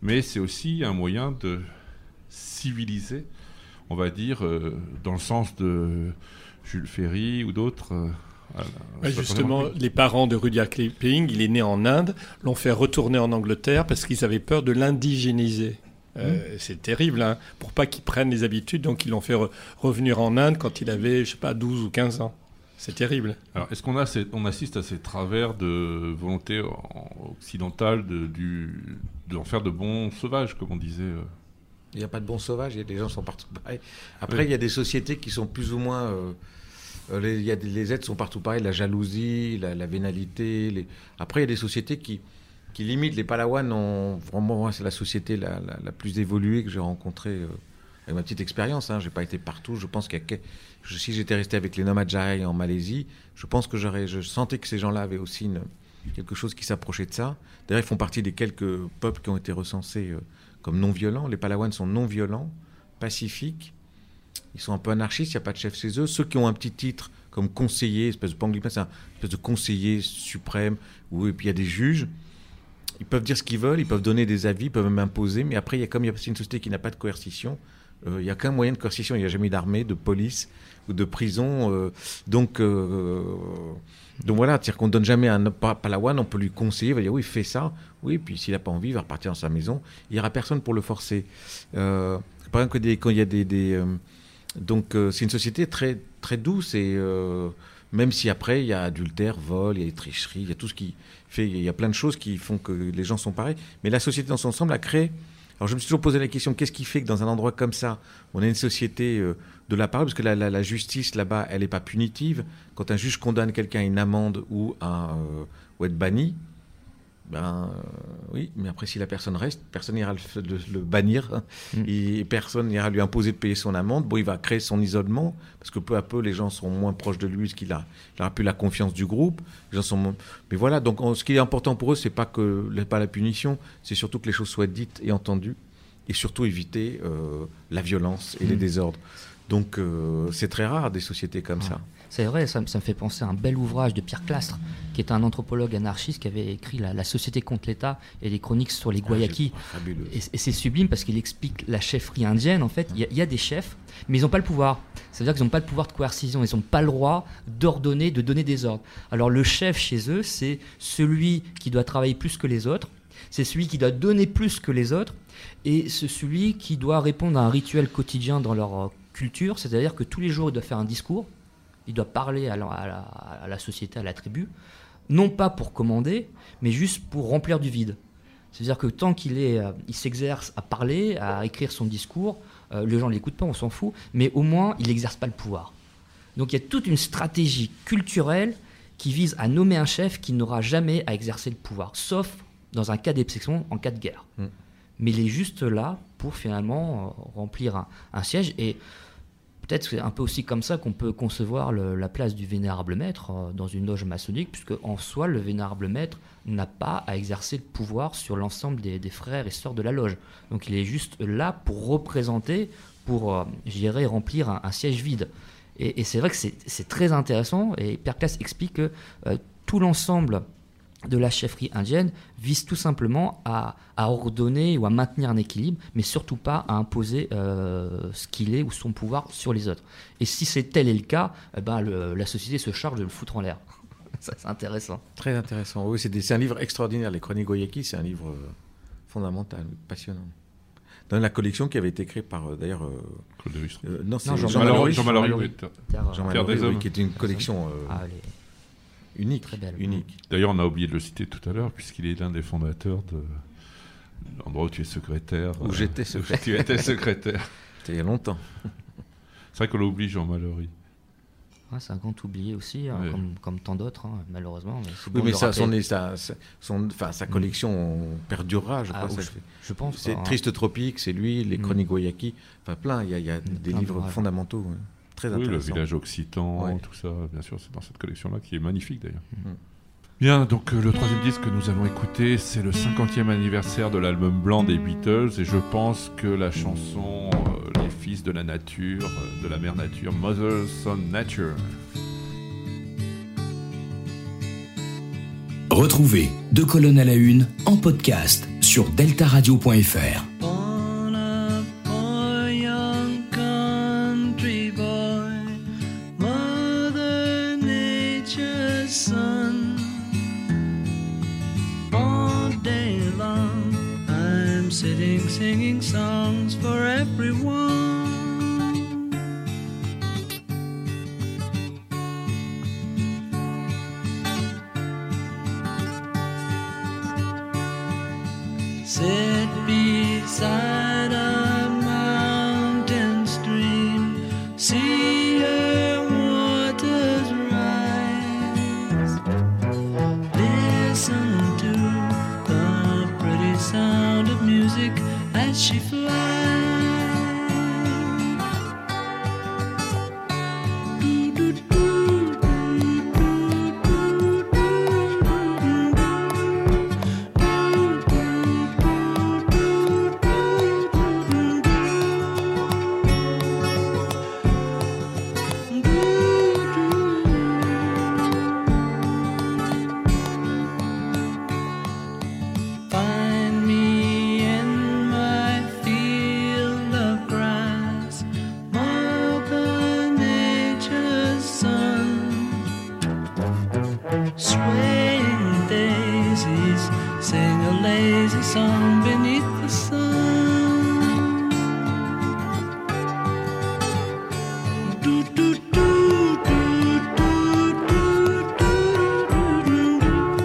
mais c'est aussi un moyen de civiliser, on va dire, dans le sens de Jules Ferry ou d'autres. Justement, les parents de Rudyard Kipling, il est né en Inde, l'ont fait retourner en Angleterre parce qu'ils avaient peur de l'indigéniser. C'est terrible, hein, pour pas qu'il prenne les habitudes, donc ils l'ont fait revenir en Inde quand il avait, 12 ou 15 ans. C'est terrible. Alors, est-ce qu'on assiste à ces travers de volonté occidentale d'en faire de bons sauvages, comme on disait Il n'y a pas de bons sauvages, les gens sont partout pareils. Après, il y a des sociétés qui sont plus ou moins... les êtres sont partout pareils, la jalousie, la vénalité. Après, il y a des sociétés qui limitent. Les Palawans, vraiment, c'est la société la plus évoluée que j'ai rencontrée avec ma petite expérience. Je n'ai pas été partout. Je pense si j'étais resté avec les Nomad-Jahai en Malaisie, je pense que je sentais que ces gens-là avaient aussi quelque chose qui s'approchait de ça. D'ailleurs, ils font partie des quelques peuples qui ont été recensés comme non-violents. Les Palawans sont non-violents, pacifiques. Ils sont un peu anarchistes, il n'y a pas de chef chez eux. Ceux qui ont un petit titre comme conseiller, espèce de Panglipa, c'est un espèce de conseiller suprême, et puis il y a des juges. Ils peuvent dire ce qu'ils veulent, ils peuvent donner des avis, ils peuvent même imposer, mais après, c'est une société qui n'a pas de coercition. Il n'y a qu'un moyen de coercition, il n'y a jamais d'armée, de police ou de prison. Donc voilà, c'est-à-dire qu'on ne donne jamais un Palawan, on peut lui conseiller, il va dire oui, fais ça. Oui, puis s'il n'a pas envie, il va repartir dans sa maison. Il n'y aura personne pour le forcer. Par exemple, quand il y a donc c'est une société très, très douce, et même si après il y a adultère, vol, il y a tricherie, il y a tout ce qui fait, il y a plein de choses qui font que les gens sont pareils. Mais la société dans son ensemble a créé... Alors je me suis toujours posé la question, qu'est-ce qui fait que dans un endroit comme ça, on a une société de la parole, parce que la justice là-bas, elle n'est pas punitive. Quand un juge condamne quelqu'un à une amende ou être banni, oui, mais après si la personne reste, personne n'ira le bannir, et personne n'ira lui imposer de payer son amende. Bon, il va créer son isolement, parce que peu à peu les gens seront moins proches de lui, parce qu'il n'aura plus la confiance du groupe. Les gens sont Mais voilà, donc ce qui est important pour eux, c'est pas la punition, c'est surtout que les choses soient dites et entendues, et surtout éviter la violence et les désordres. Donc c'est très rare des sociétés comme ça. C'est vrai, ça me fait penser à un bel ouvrage de Pierre Clastre, qui est un anthropologue anarchiste qui avait écrit la Société contre l'État et des chroniques sur les Guayakis. Et c'est sublime parce qu'il explique la chefferie indienne. En fait, il y a des chefs, mais ils n'ont pas le pouvoir. C'est-à-dire qu'ils n'ont pas le pouvoir de coercition, ils n'ont pas le droit d'ordonner, de donner des ordres. Alors le chef chez eux, c'est celui qui doit travailler plus que les autres, c'est celui qui doit donner plus que les autres, et c'est celui qui doit répondre à un rituel quotidien dans leur culture, c'est-à-dire que tous les jours, il doit faire un discours. Il doit parler à la société, à la tribu, non pas pour commander, mais juste pour remplir du vide. C'est-à-dire que tant il s'exerce à parler, à écrire son discours, les gens ne l'écoutent pas, on s'en fout, mais au moins, il n'exerce pas le pouvoir. Donc il y a toute une stratégie culturelle qui vise à nommer un chef qui n'aura jamais à exercer le pouvoir, sauf dans un cas d'exception, en cas de guerre. Mais il est juste là pour finalement remplir un siège, et peut-être que c'est un peu aussi comme ça qu'on peut concevoir la place du vénérable maître dans une loge maçonnique, puisque en soi, le vénérable maître n'a pas à exercer le pouvoir sur l'ensemble des frères et sœurs de la loge. Donc il est juste là pour représenter, pour remplir un siège vide. Et c'est vrai que c'est très intéressant, et Pierre Classe explique que tout l'ensemble de la chefferie indienne vise tout simplement à ordonner ou à maintenir un équilibre, mais surtout pas à imposer ce qu'il est ou son pouvoir sur les autres. Et si tel est le cas, la société se charge de le foutre en l'air. Ça, c'est intéressant. Très intéressant. Oui, c'est un livre extraordinaire. Les Chroniques Guayakis, c'est un livre fondamental, passionnant. Dans la collection qui avait été créée par, d'ailleurs... Claude Delustre. Non, c'est Jean Mallory. Jean Mallory, qui était une collection... unique, très belle. Unique. D'ailleurs, on a oublié de le citer tout à l'heure, puisqu'il est l'un des fondateurs de l'endroit où tu es secrétaire. Où j'étais secrétaire. Tu étais secrétaire. C'était il y a longtemps. C'est vrai qu'on l'oublie, Jean Mallory. Ouais, c'est un grand oublié aussi, comme tant d'autres, malheureusement. Mais oui, mais sa collection perdurera, je crois. Je pense. C'est Triste Tropique, c'est lui, les Chroniques Guayakis, enfin plein, il y a des livres fondamentaux. Très intéressant. Le village occitan, tout ça, bien sûr, c'est dans cette collection-là, qui est magnifique d'ailleurs. Bien, donc le troisième disque que nous allons écouter, c'est le 50e anniversaire de l'album blanc des Beatles, et je pense que la chanson Les fils de la nature, de la mère nature, Mother Son Nature. Retrouvez Deux colonnes à la une en podcast sur deltaradio.fr. Singing songs for everyone. Sit beside a mountain stream, see her waters rise. Listen to the pretty sound of music as she flies. Find me in my field of grass, Mother Nature's son. Swaying daisies, sing a lazy song beneath the sun. Do, do, do, do, do, do, do, do,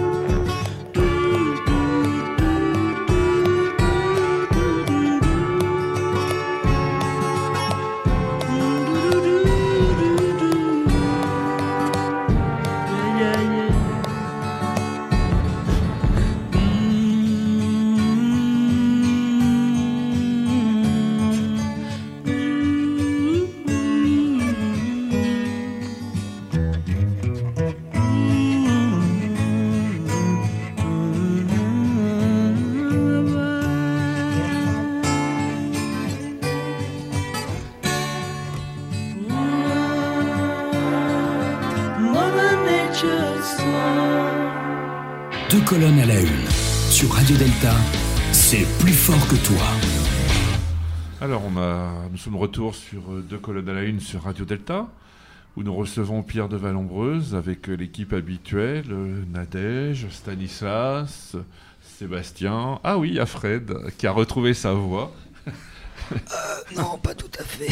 Mother Nature's song. Deux colonnes à la une. Sur Radio Delta, c'est plus fort que toi. Alors, nous sommes de retour sur Deux colonnes à la une sur Radio Delta, où nous recevons Pierre de Vallombreuse avec l'équipe habituelle, Nadège, Stanislas, Sébastien. Ah oui, il y a Fred qui a retrouvé sa voix. Non, pas tout à fait.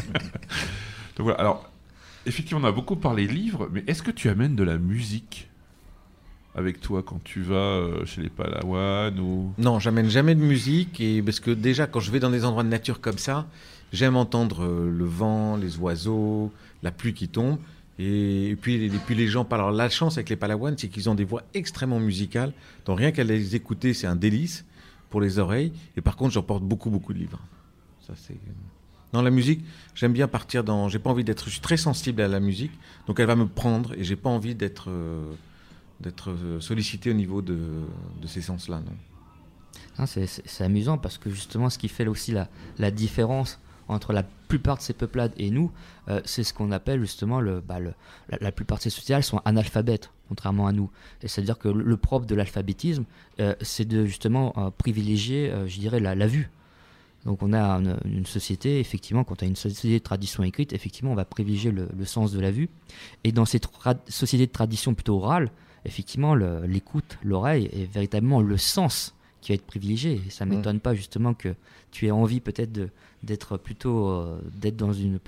Donc voilà, alors, effectivement, on a beaucoup parlé livres, mais est-ce que tu amènes de la musique avec toi quand tu vas chez les Palawan ou... Non, j'amène jamais de musique, et parce que déjà, quand je vais dans des endroits de nature comme ça, j'aime entendre le vent, les oiseaux, la pluie qui tombe, et puis les gens parlent. Alors la chance avec les Palawan, c'est qu'ils ont des voix extrêmement musicales, donc rien qu'à les écouter, c'est un délice pour les oreilles, et par contre, j'emporte beaucoup de livres. Ça, c'est... Dans la musique, j'aime bien partir dans... J'ai pas envie d'être... Je suis très sensible à la musique, donc elle va me prendre, et j'ai pas envie d'être sollicité au niveau de ces sens-là, non. Non, c'est amusant parce que justement, ce qui fait aussi la différence entre la plupart de ces peuplades et nous, c'est ce qu'on appelle justement la plupart de ces sociétés sont analphabètes, contrairement à nous. Et c'est-à-dire que le propre de l'alphabétisme, c'est de justement privilégier, je dirais, la vue. Donc on a une société, effectivement, quand on a une société de tradition écrite, effectivement, on va privilégier le sens de la vue. Et dans ces sociétés de tradition plutôt orale, effectivement, l'écoute, l'oreille est véritablement le sens qui va être privilégié. Et ça ne m'étonne pas justement que tu aies envie peut-être d'être plutôt d'être dans une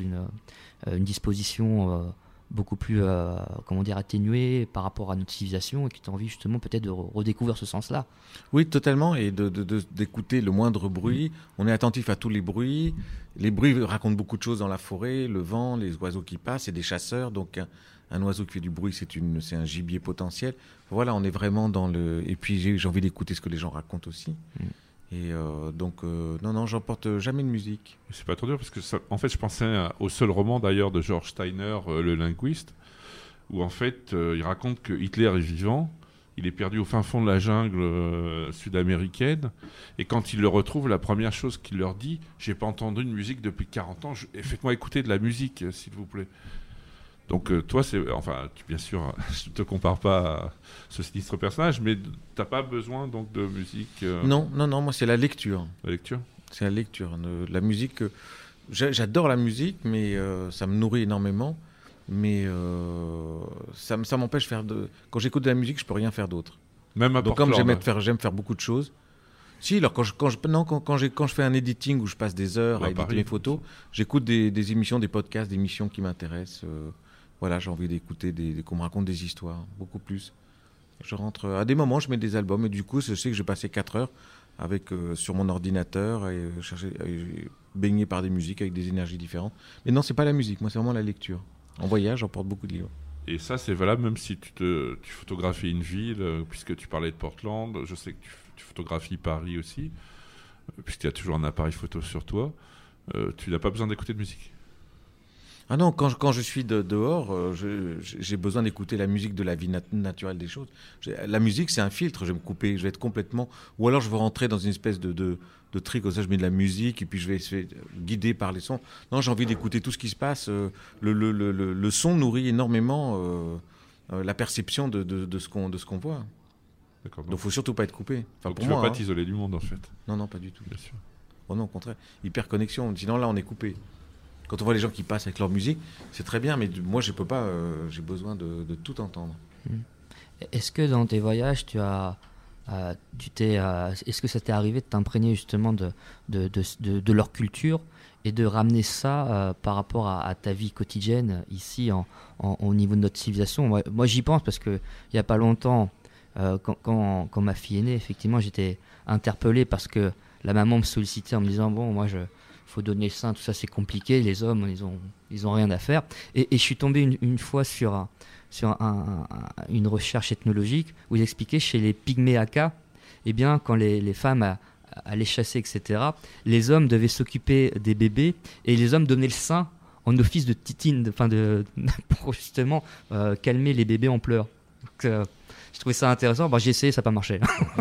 disposition beaucoup plus atténuée par rapport à notre civilisation, et que tu as envie justement peut-être de redécouvrir ce sens-là. Oui, totalement, et d'écouter le moindre bruit. On est attentif à tous les bruits. Les bruits racontent beaucoup de choses dans la forêt, le vent, les oiseaux qui passent, et des chasseurs. Donc un oiseau qui fait du bruit, c'est un gibier potentiel. Voilà, on est vraiment dans le... Et puis j'ai envie d'écouter ce que les gens racontent aussi. Et non, j'emporte jamais de musique. C'est pas trop dur, parce que en fait, je pensais au seul roman d'ailleurs de George Steiner, Le Linguiste, où en fait, il raconte que Hitler est vivant, il est perdu au fin fond de la jungle sud-américaine, et quand il le retrouve, la première chose qu'il leur dit, j'ai pas entendu de musique depuis 40 ans, faites-moi écouter de la musique, s'il vous plaît. Donc toi, bien sûr, je ne te compare pas à ce sinistre personnage, mais tu n'as pas besoin donc de musique Non, moi c'est la lecture. La lecture ? C'est la lecture. La musique, j'adore la musique, mais ça me nourrit énormément. Mais ça m'empêche de faire quand j'écoute de la musique, je peux rien faire d'autre. Même à donc comme j'aime faire beaucoup de choses. Si, alors quand je fais un editing où je passe des heures à éditer mes photos, j'écoute des émissions, des podcasts, des émissions qui m'intéressent. Voilà, j'ai envie d'écouter qu'on me raconte des histoires, beaucoup plus. Je rentre à des moments, je mets des albums et du coup, je sais que je vais passer 4 heures sur mon ordinateur et baigné par des musiques avec des énergies différentes. Mais non, c'est pas la musique, moi c'est vraiment la lecture. En voyage, j'emporte beaucoup de livres. Et ça, c'est valable même si tu photographies une ville, puisque tu parlais de Portland. Je sais que tu photographies Paris aussi, puisqu'il y a toujours un appareil photo sur toi. Tu n'as pas besoin d'écouter de musique. Ah non, quand je suis dehors, j'ai besoin d'écouter la musique de la vie naturelle des choses. La musique, c'est un filtre. Je vais me couper, je vais être complètement... Ou alors je vais rentrer dans une espèce de truc, comme ça je mets de la musique et puis je vais essayer guider par les sons. Non, j'ai envie d'écouter tout ce qui se passe. Le son nourrit énormément la perception de ce qu'on voit. D'accord. Donc il ne faut surtout pas être coupé. Donc tu ne veux pas t'isoler du monde en fait. Non, pas du tout. Bien sûr. Oh non, au contraire. Hyper-connexion. Sinon là, on est coupé. Quand on voit les gens qui passent avec leur musique, c'est très bien, mais moi, je peux pas. J'ai besoin de tout entendre. Est-ce que dans tes voyages, est-ce que ça t'est arrivé de t'imprégner justement de leur culture et de ramener ça par rapport à ta vie quotidienne ici au niveau de notre civilisation? Moi, j'y pense parce que il y a pas longtemps, quand ma fille est née, effectivement, j'étais interpellé parce que la maman me sollicitait en me disant faut donner le sein, tout ça c'est compliqué, les hommes ils ont rien à faire, et je suis tombé une fois sur une recherche ethnologique où ils expliquaient chez les pygmées Aka, eh bien quand les femmes allaient chasser, etc., les hommes devaient s'occuper des bébés et les hommes donnaient le sein en office de titine, pour justement calmer les bébés en pleurs. Donc, je trouvais ça intéressant. J'ai essayé, ça n'a pas marché.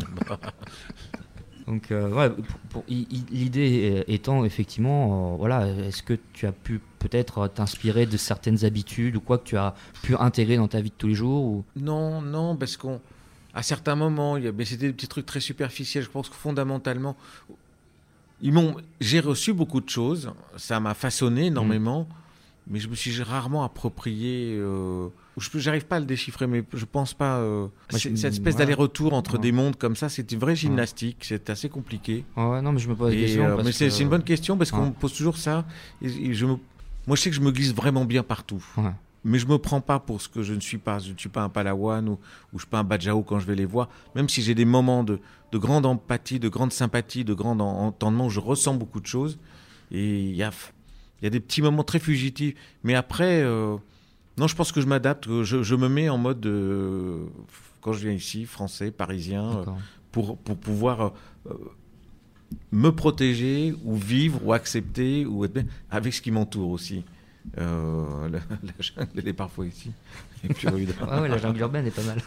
Donc l'idée étant effectivement, est-ce que tu as pu peut-être t'inspirer de certaines habitudes ou quoi que tu as pu intégrer dans ta vie de tous les jours ou... Non, parce qu'à certains moments, c'était des petits trucs très superficiels. Je pense que fondamentalement, j'ai reçu beaucoup de choses, ça m'a façonné énormément, mais je me suis rarement approprié... J'arrive pas à le déchiffrer, mais je pense pas... cette espèce d'aller-retour entre des mondes comme ça, c'est une vraie gymnastique, c'est assez compliqué. Non, mais je me pose des questions. Mais c'est une bonne question, parce qu'on me pose toujours ça. Moi, je sais que je me glisse vraiment bien partout. Ouais. Mais je me prends pas pour ce que je ne suis pas. Je ne suis pas un Palawan ou je suis pas un Bajau quand je vais les voir. Même si j'ai des moments de grande empathie, de grande sympathie, de grand entendement, où je ressens beaucoup de choses. Et il y a des petits moments très fugitifs. Mais après... Non, je pense que je m'adapte. Je me mets en mode, quand je viens ici, français, parisien, pour pouvoir me protéger ou vivre ou accepter ou être bien avec ce qui m'entoure aussi. La jungle, elle est parfois ici. Et puis, la jungle urbaine est pas mal.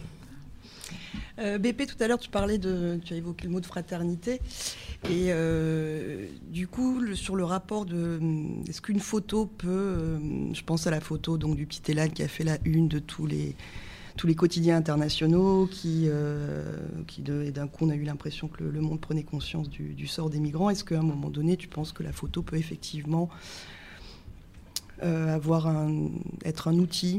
BP, tout à l'heure, tu as évoqué le mot de fraternité. Et du coup, sur le rapport est-ce qu'une photo peut... je pense à la photo donc, du petit Elan qui a fait la une de tous les quotidiens internationaux, et d'un coup, on a eu l'impression que le monde prenait conscience du sort des migrants. Est-ce qu'à un moment donné, tu penses que la photo peut effectivement être un outil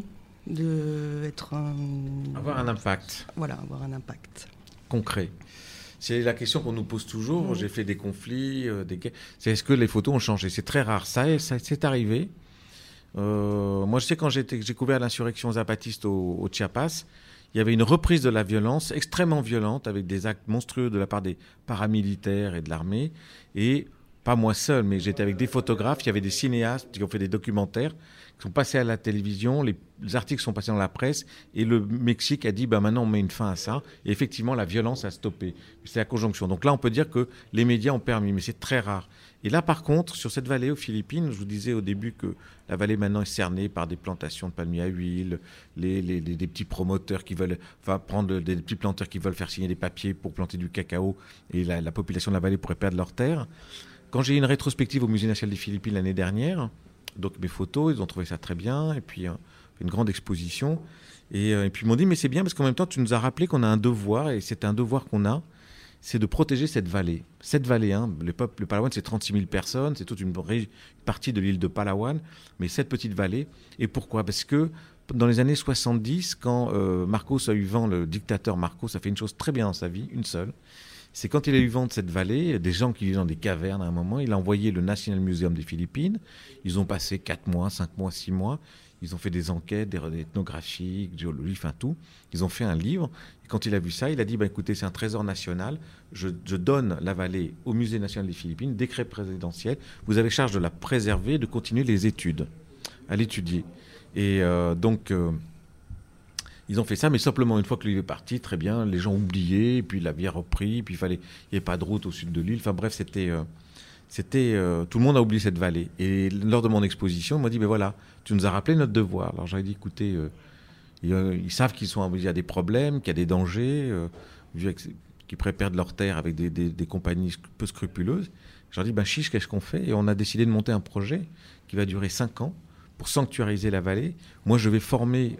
avoir un impact. Voilà, avoir un impact. Concret. C'est la question qu'on nous pose toujours. J'ai fait des conflits, des guerres. C'est est-ce que les photos ont changé? C'est très rare. Ça c'est arrivé. Moi, je sais quand j'ai couvert l'insurrection zapatiste au Chiapas, il y avait une reprise de la violence extrêmement violente avec des actes monstrueux de la part des paramilitaires et de l'armée. Et pas moi seul, mais j'étais avec des photographes. Il y avait des cinéastes qui ont fait des documentaires qui sont passés à la télévision, les articles sont passés dans la presse, et le Mexique a dit maintenant on met une fin à ça, et effectivement la violence a stoppé. C'est la conjonction. Donc là on peut dire que les médias ont permis, mais c'est très rare. Et là par contre, sur cette vallée aux Philippines, je vous disais au début que la vallée maintenant est cernée par des plantations de palmiers à huile, des petits promoteurs qui veulent, prendre des petits planteurs qui veulent faire signer des papiers pour planter du cacao, et la population de la vallée pourrait perdre leurs terres. Quand j'ai eu une rétrospective au Musée national des Philippines l'année dernière, donc mes photos, ils ont trouvé ça très bien, et puis une grande exposition. Et puis ils m'ont dit, mais c'est bien parce qu'en même temps, tu nous as rappelé qu'on a un devoir, et c'est un devoir qu'on a, c'est de protéger cette vallée. Cette vallée, le Palawan, c'est 36 000 personnes, c'est toute une partie de l'île de Palawan, mais cette petite vallée. Et pourquoi ? Parce que dans les années 70, quand Marcos a eu vent, le dictateur Marcos a fait une chose très bien dans sa vie, une seule, c'est quand il a eu vent de cette vallée, des gens qui vivent dans des cavernes à un moment, il a envoyé le National Museum des Philippines, ils ont passé 4 mois, 5 mois, 6 mois, ils ont fait des enquêtes, des ethnographiques, géologiques, enfin tout. Ils ont fait un livre. Et quand il a vu ça, il a dit, écoutez, c'est un trésor national. Je donne la vallée au Musée national des Philippines, décret présidentiel. Vous avez charge de la préserver et de continuer les études, à l'étudier. Et donc, ils ont fait ça, mais simplement, une fois que le livre est parti, très bien, les gens ont oublié, et puis la vie a repris, puis il n'y avait pas de route au sud de l'île. Enfin bref, c'était tout le monde a oublié cette vallée. Et lors de mon exposition, ils m'ont dit, voilà, tu nous as rappelé notre devoir. Alors j'avais dit, écoutez, ils savent qu'il y a des problèmes, qu'il y a des dangers, qu'ils pourraient perdre leur terre avec des compagnies peu scrupuleuses. Je leur ai dit, chiche, qu'est-ce qu'on fait ? Et on a décidé de monter un projet qui va durer 5 ans pour sanctuariser la vallée. Moi, je vais former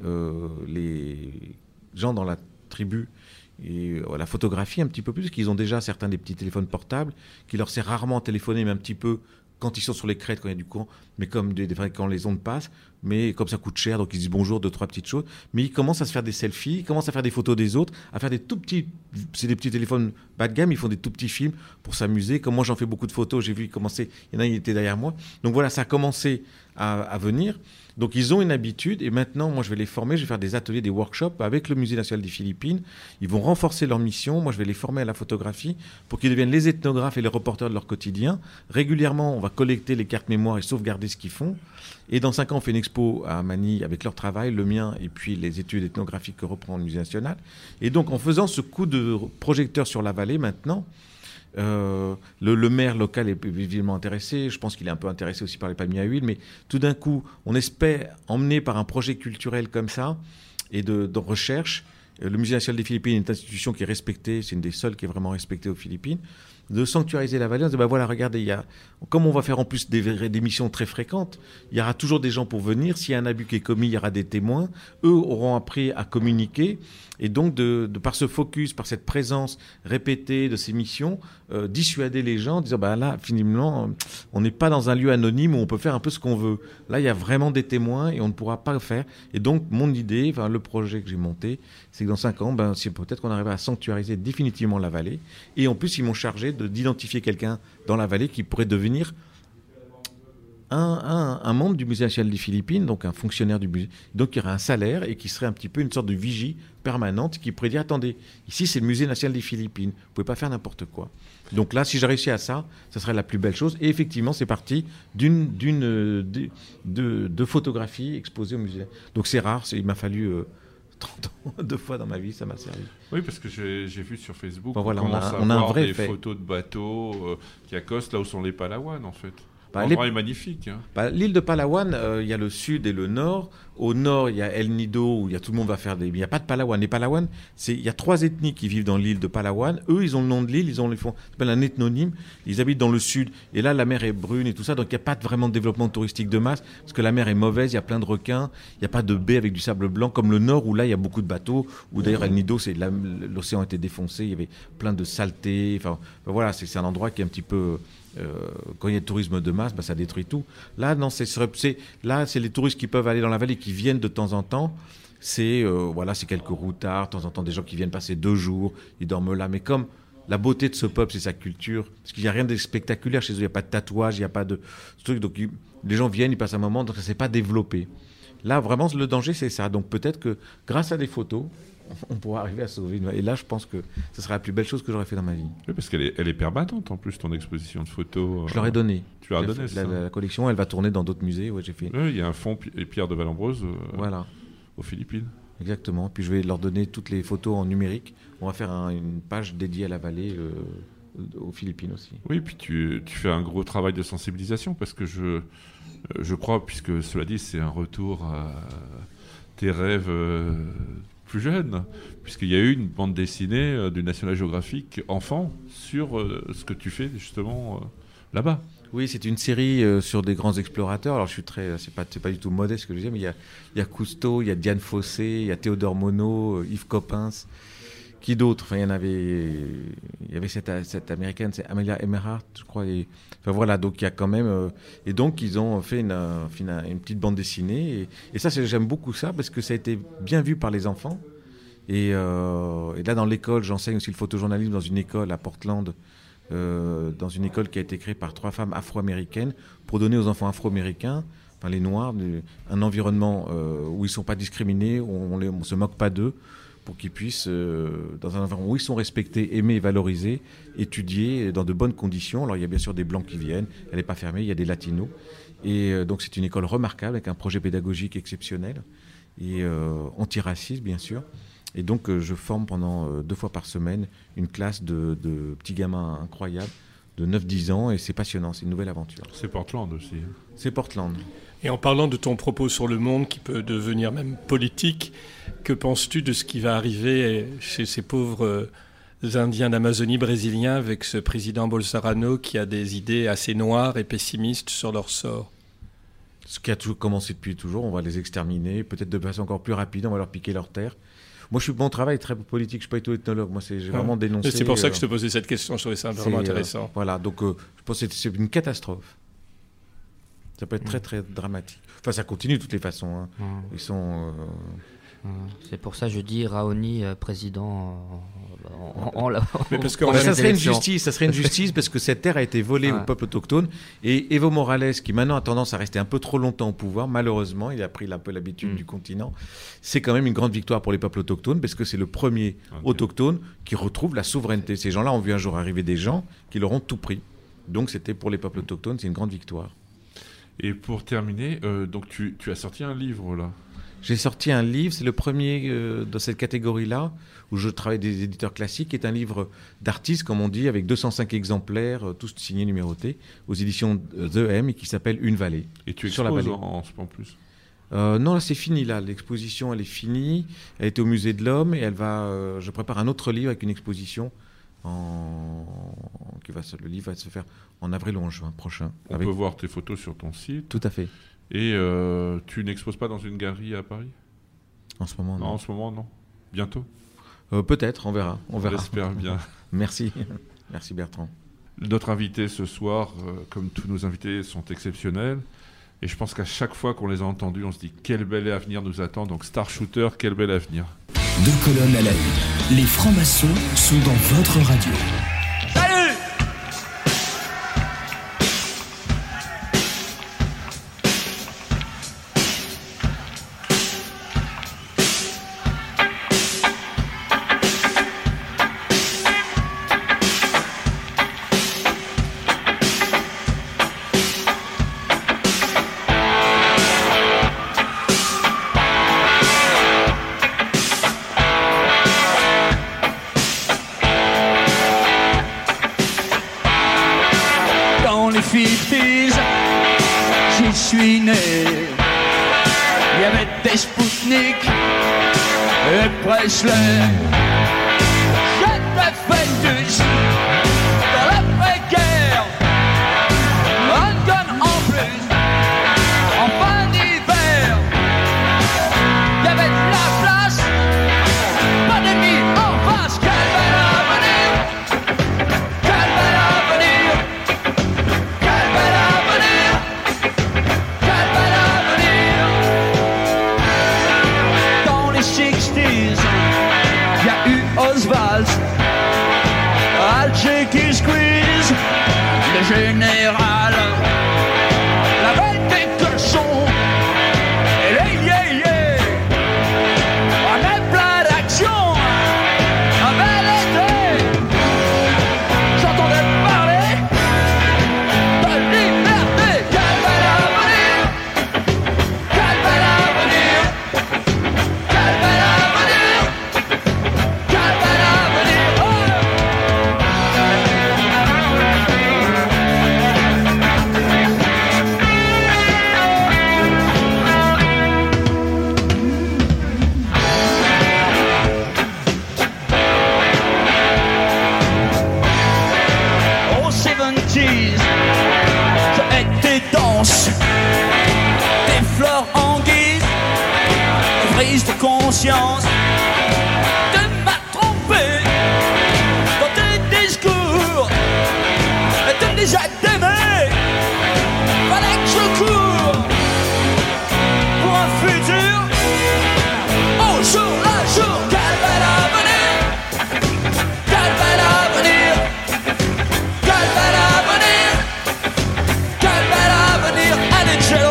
les gens dans la tribu et la photographie un petit peu plus, parce qu'ils ont déjà certains des petits téléphones portables, qui leur sert rarement à téléphoner, mais un petit peu quand ils sont sur les crêtes, quand il y a du courant, mais comme quand les ondes passent, mais comme ça coûte cher, donc ils disent bonjour, 2-3 petites choses. Mais ils commencent à se faire des selfies, ils commencent à faire des photos des autres, à faire des tout petits, c'est des petits téléphones bas de gamme, ils font des tout petits films pour s'amuser. Comme moi j'en fais beaucoup de photos, j'ai vu commencer, il y en a, il était derrière moi. Donc voilà, ça a commencé à venir. Donc ils ont une habitude, et maintenant moi je vais les former, je vais faire des ateliers, des workshops avec le Musée national des Philippines. Ils vont renforcer leur mission, moi je vais les former à la photographie pour qu'ils deviennent les ethnographes et les reporters de leur quotidien. Régulièrement on va collecter les cartes mémoire et sauvegarder ce qu'ils font. Et dans 5 ans on fait une expo à Manille avec leur travail, le mien et puis les études ethnographiques que reprend le Musée national. Et donc en faisant ce coup de projecteur sur la vallée maintenant, le maire local est évidemment intéressé, je pense qu'il est un peu intéressé aussi par les palmiers à huile, mais tout d'un coup, on espère, emmener par un projet culturel comme ça et de recherche, le Musée national des Philippines est une institution qui est respectée, c'est une des seules qui est vraiment respectée aux Philippines, de sanctuariser la vallée, on se dit, voilà, regardez, comme on va faire en plus des missions très fréquentes, il y aura toujours des gens pour venir, s'il y a un abus qui est commis, il y aura des témoins, eux auront appris à communiquer, et donc par ce focus, par cette présence répétée de ces missions, dissuader les gens en disant, là, finalement, on n'est pas dans un lieu anonyme où on peut faire un peu ce qu'on veut. Là, il y a vraiment des témoins et on ne pourra pas le faire. Et donc, mon idée, le projet que j'ai monté, c'est que dans 5 ans, c'est peut-être qu'on arrivera à sanctuariser définitivement la vallée. Et en plus, ils m'ont chargé d'identifier quelqu'un dans la vallée qui pourrait devenir un membre du Musée national des Philippines, donc un fonctionnaire du musée, donc qui aurait un salaire et qui serait un petit peu une sorte de vigie permanente qui pourrait dire, attendez, ici c'est le Musée national des Philippines, vous ne pouvez pas faire n'importe quoi. Donc là, si j'ai réussi à ça, ça serait la plus belle chose. Et effectivement, c'est parti de photographies exposées au musée. Donc c'est rare, il m'a fallu 30 ans, 2 fois dans ma vie, ça m'a servi. Oui, parce que j'ai vu sur Facebook, on a un vrai photos de bateaux qui accostent là où sont les Palawan, en fait. L'endroit est magnifique. L'île de Palawan, il y a le sud et le nord. Au nord, il y a El Nido, où tout le monde va faire il n'y a pas de Palawan. Les Palawan, il y a 3 ethnies qui vivent dans l'île de Palawan. Eux, ils ont le nom de l'île, ça s'appelle un ethnonyme. Ils habitent dans le sud. Et là, la mer est brune et tout ça. Donc, il n'y a pas vraiment de développement touristique de masse, parce que la mer est mauvaise, il y a plein de requins. Il n'y a pas de baie avec du sable blanc, comme le nord, où là, il y a beaucoup de bateaux. Où d'ailleurs, El Nido, l'océan a été défoncé. Il y avait plein de saletés. Voilà, c'est un endroit qui est un petit peu... quand il y a le tourisme de masse, ça détruit tout. Là, non, c'est les touristes qui peuvent aller dans la vallée, qui viennent de temps en temps. C'est quelques routards, de temps en temps des gens qui viennent passer 2 jours, ils dorment là. Mais comme la beauté de ce peuple, c'est sa culture, parce qu'il n'y a rien de spectaculaire chez eux, il n'y a pas de tatouage, il n'y a pas de truc. Donc les gens viennent, ils passent un moment, donc ça ne s'est pas développé. Là, vraiment, le danger, c'est ça. Donc peut-être que grâce à des photos, on pourra arriver à sauver une... Et là, je pense que ce sera la plus belle chose que j'aurais fait dans ma vie. Oui, parce qu'elle est permanente en plus, ton exposition de photos. Je leur ai donné. Tu leur as donné ça. La collection, elle va tourner dans d'autres musées. Ouais, j'ai fait... Oui, il y a un fonds Pierre de Vallombreuse voilà. Aux Philippines. Exactement. Puis je vais leur donner toutes les photos en numérique. On va faire une page dédiée à la vallée aux Philippines aussi. Oui, puis tu fais un gros travail de sensibilisation parce que je crois, puisque cela dit, c'est un retour à tes rêves... plus jeune, puisqu'il y a eu une bande dessinée du National Geographic enfant sur ce que tu fais justement là-bas. Oui, c'est une série sur des grands explorateurs. Alors, c'est pas du tout modeste ce que je disais, mais il y a Cousteau, il y a Diane Fossé, il y a Théodore Monod, Yves Coppens. Qui d'autres? Enfin, il y avait cette américaine, c'est Amelia Earhart, je crois. Enfin voilà, donc il y a quand même. Et donc ils ont fait une petite bande dessinée. Et ça, j'aime beaucoup ça parce que ça a été bien vu par les enfants. Et là, dans l'école, j'enseigne aussi le photojournalisme dans une école à Portland, dans une école qui a été créée par 3 femmes afro-américaines pour donner aux enfants afro-américains, enfin les Noirs, un environnement où ils ne sont pas discriminés, où on ne se moque pas d'eux, pour qu'ils puissent, dans un environnement où ils sont respectés, aimés et valorisés, étudier dans de bonnes conditions. Alors il y a bien sûr des Blancs qui viennent, elle n'est pas fermée, il y a des Latinos. Et donc c'est une école remarquable, avec un projet pédagogique exceptionnel, et antiraciste bien sûr. Et donc je forme pendant 2 fois par semaine une classe de petits gamins incroyables, de 9-10 ans, et c'est passionnant, c'est une nouvelle aventure. C'est Portland aussi. C'est Portland. Et en parlant de ton propos sur le monde qui peut devenir même politique, que penses-tu de ce qui va arriver chez ces pauvres Indiens d'Amazonie brésiliens avec ce président Bolsonaro qui a des idées assez noires et pessimistes sur leur sort? Ce qui a toujours commencé depuis toujours, on va les exterminer, peut-être de façon encore plus rapide, on va leur piquer leurs terres. Moi, mon travail est très politique, je ne suis pas du tout ethnologue. Moi, j'ai vraiment dénoncé. C'est pour ça que je te posais cette question, je trouvais ça vraiment intéressant. Voilà, donc je pense que c'est une catastrophe. Ça peut être très, très dramatique. Enfin, ça continue de toutes les façons. Hein. Ils sont... C'est pour ça que je dis Raoni président Mais parce que ça serait une justice parce que cette terre a été volée au peuple autochtone, et Evo Morales, qui maintenant a tendance à rester un peu trop longtemps au pouvoir, malheureusement, il a pris un peu l'habitude du continent. C'est quand même une grande victoire pour les peuples autochtones parce que c'est le premier autochtone qui retrouve la souveraineté. Ces gens-là ont vu un jour arriver des gens qui leur ont tout pris. Donc c'était pour les peuples autochtones, c'est une grande victoire. Et pour terminer, donc tu as sorti un livre là. J'ai sorti un livre, c'est le premier dans cette catégorie-là, où je travaille des éditeurs classiques, qui est un livre d'artistes, comme on dit, avec 205 exemplaires, tous signés, numérotés, aux éditions The M, et qui s'appelle Une vallée. Et tu exposes en plus non, là c'est fini, là. L'exposition, elle est finie, elle était au Musée de l'Homme, et je prépare un autre livre avec une exposition le livre va se faire en avril ou en juin prochain. On peut voir tes photos sur ton site. Tout à fait. Et tu n'exposes pas dans une galerie à Paris? En ce moment, non. En ce moment, non. Bientôt? Peut-être, on verra. J'espère bien. Merci. Merci Bertrand. Notre invité ce soir, comme tous nos invités, sont exceptionnels. Et je pense qu'à chaque fois qu'on les a entendus, on se dit quel bel avenir nous attend. Donc Star Shooter, quel bel avenir. 2 colonnes à la une. Les francs-maçons sont dans votre radio. Salut! J'y suis né. Il y avait des Spoutnik et Presley. J'étais Fendus dans l'après-guerre. Un gun en plus en fin d'hiver. Il y avait de la place, pas d'ennemis en face. Quel bel avenir, quel bel avenir. Oswald, Alger qui squeeze, le général, la bête des cochons, et les yéyés, on est plein d'action, un bel été, j'entendais parler de liberté, quel bel avenir, quel bel avenir, quel bel avenir. Aux 70s, conscience de m'être trompé dans tes discours et de déjà t'aimer. Fallait que je cours pour un futur au jour le jour. Quel bel avenir, quel bel avenir, quel bel avenir, quel bel avenir. Allez, cello.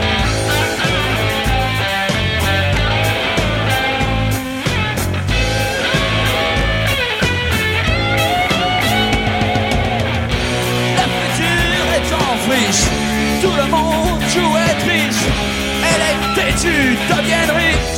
Tout le monde jouait triste et les têtus deviennent riches.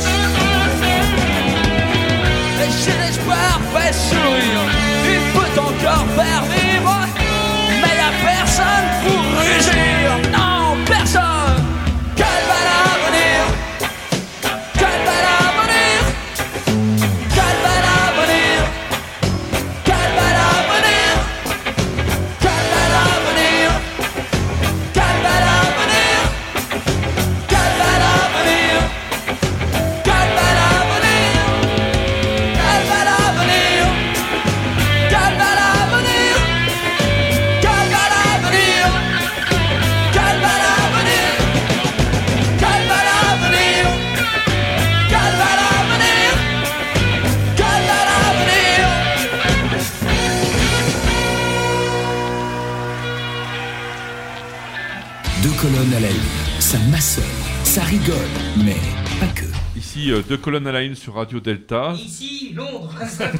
Et j'ai l'espoir fait sourire, il peut encore faire vivre, mais y'a personne pour rugir. Non, personne. Quel bel avenir, quel bel avenir, quel bel avenir, quel bel avenir, quel bel avenir. Quel bel avenir, quel bel avenir, quel bel avenir, quel bel avenir, quel bel avenir, quel bel avenir, quel bel avenir, quel bel avenir, quel bel avenir, quel bel avenir. Deux colonnes à la une, ça maçonne, ça rigole, mais pas que. Ici, Deux colonnes à la une sur Radio Delta. Ici, Londres.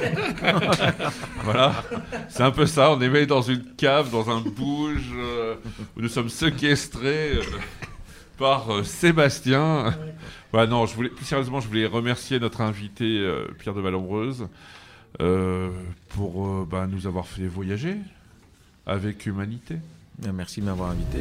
Voilà, c'est un peu ça. On est mis dans une cave, dans un bouge, où nous sommes séquestrés par Sébastien. Voilà, non, plus sérieusement, je voulais remercier notre invité Pierre de Vallombreuse pour nous avoir fait voyager avec humanité. Bien, merci de m'avoir invité.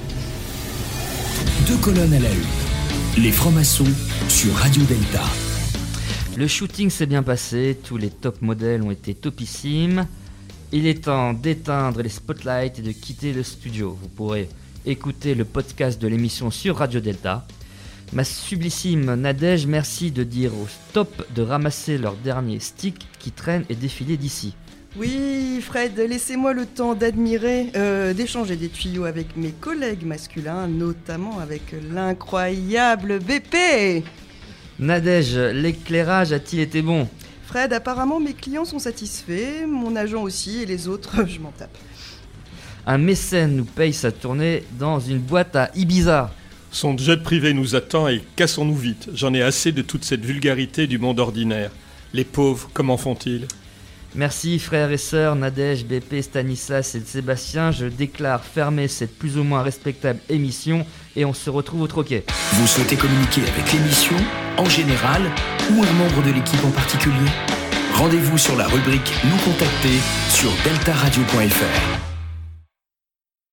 Deux colonnes à la une, les francs-maçons sur Radio Delta. Le shooting s'est bien passé, tous les top modèles ont été topissimes. Il est temps d'éteindre les spotlights et de quitter le studio. Vous pourrez écouter le podcast de l'émission sur Radio Delta. Ma sublissime Nadège, merci de dire au stop de ramasser leur dernier stick qui traîne et défiler d'ici. Oui, Fred, laissez-moi le temps d'admirer, d'échanger des tuyaux avec mes collègues masculins, notamment avec l'incroyable BP. Nadège, l'éclairage a-t-il été bon ? Fred, apparemment mes clients sont satisfaits, mon agent aussi, et les autres, je m'en tape. Un mécène nous paye sa tournée dans une boîte à Ibiza. Son jet privé nous attend et cassons-nous vite. J'en ai assez de toute cette vulgarité du monde ordinaire. Les pauvres, comment font-ils ? Merci frères et sœurs, Nadège, BP, Stanislas et Sébastien. Je déclare fermer cette plus ou moins respectable émission et on se retrouve au troquet. Vous souhaitez communiquer avec l'émission, en général, ou un membre de l'équipe en particulier ? Rendez-vous sur la rubrique Nous contacter sur deltaradio.fr.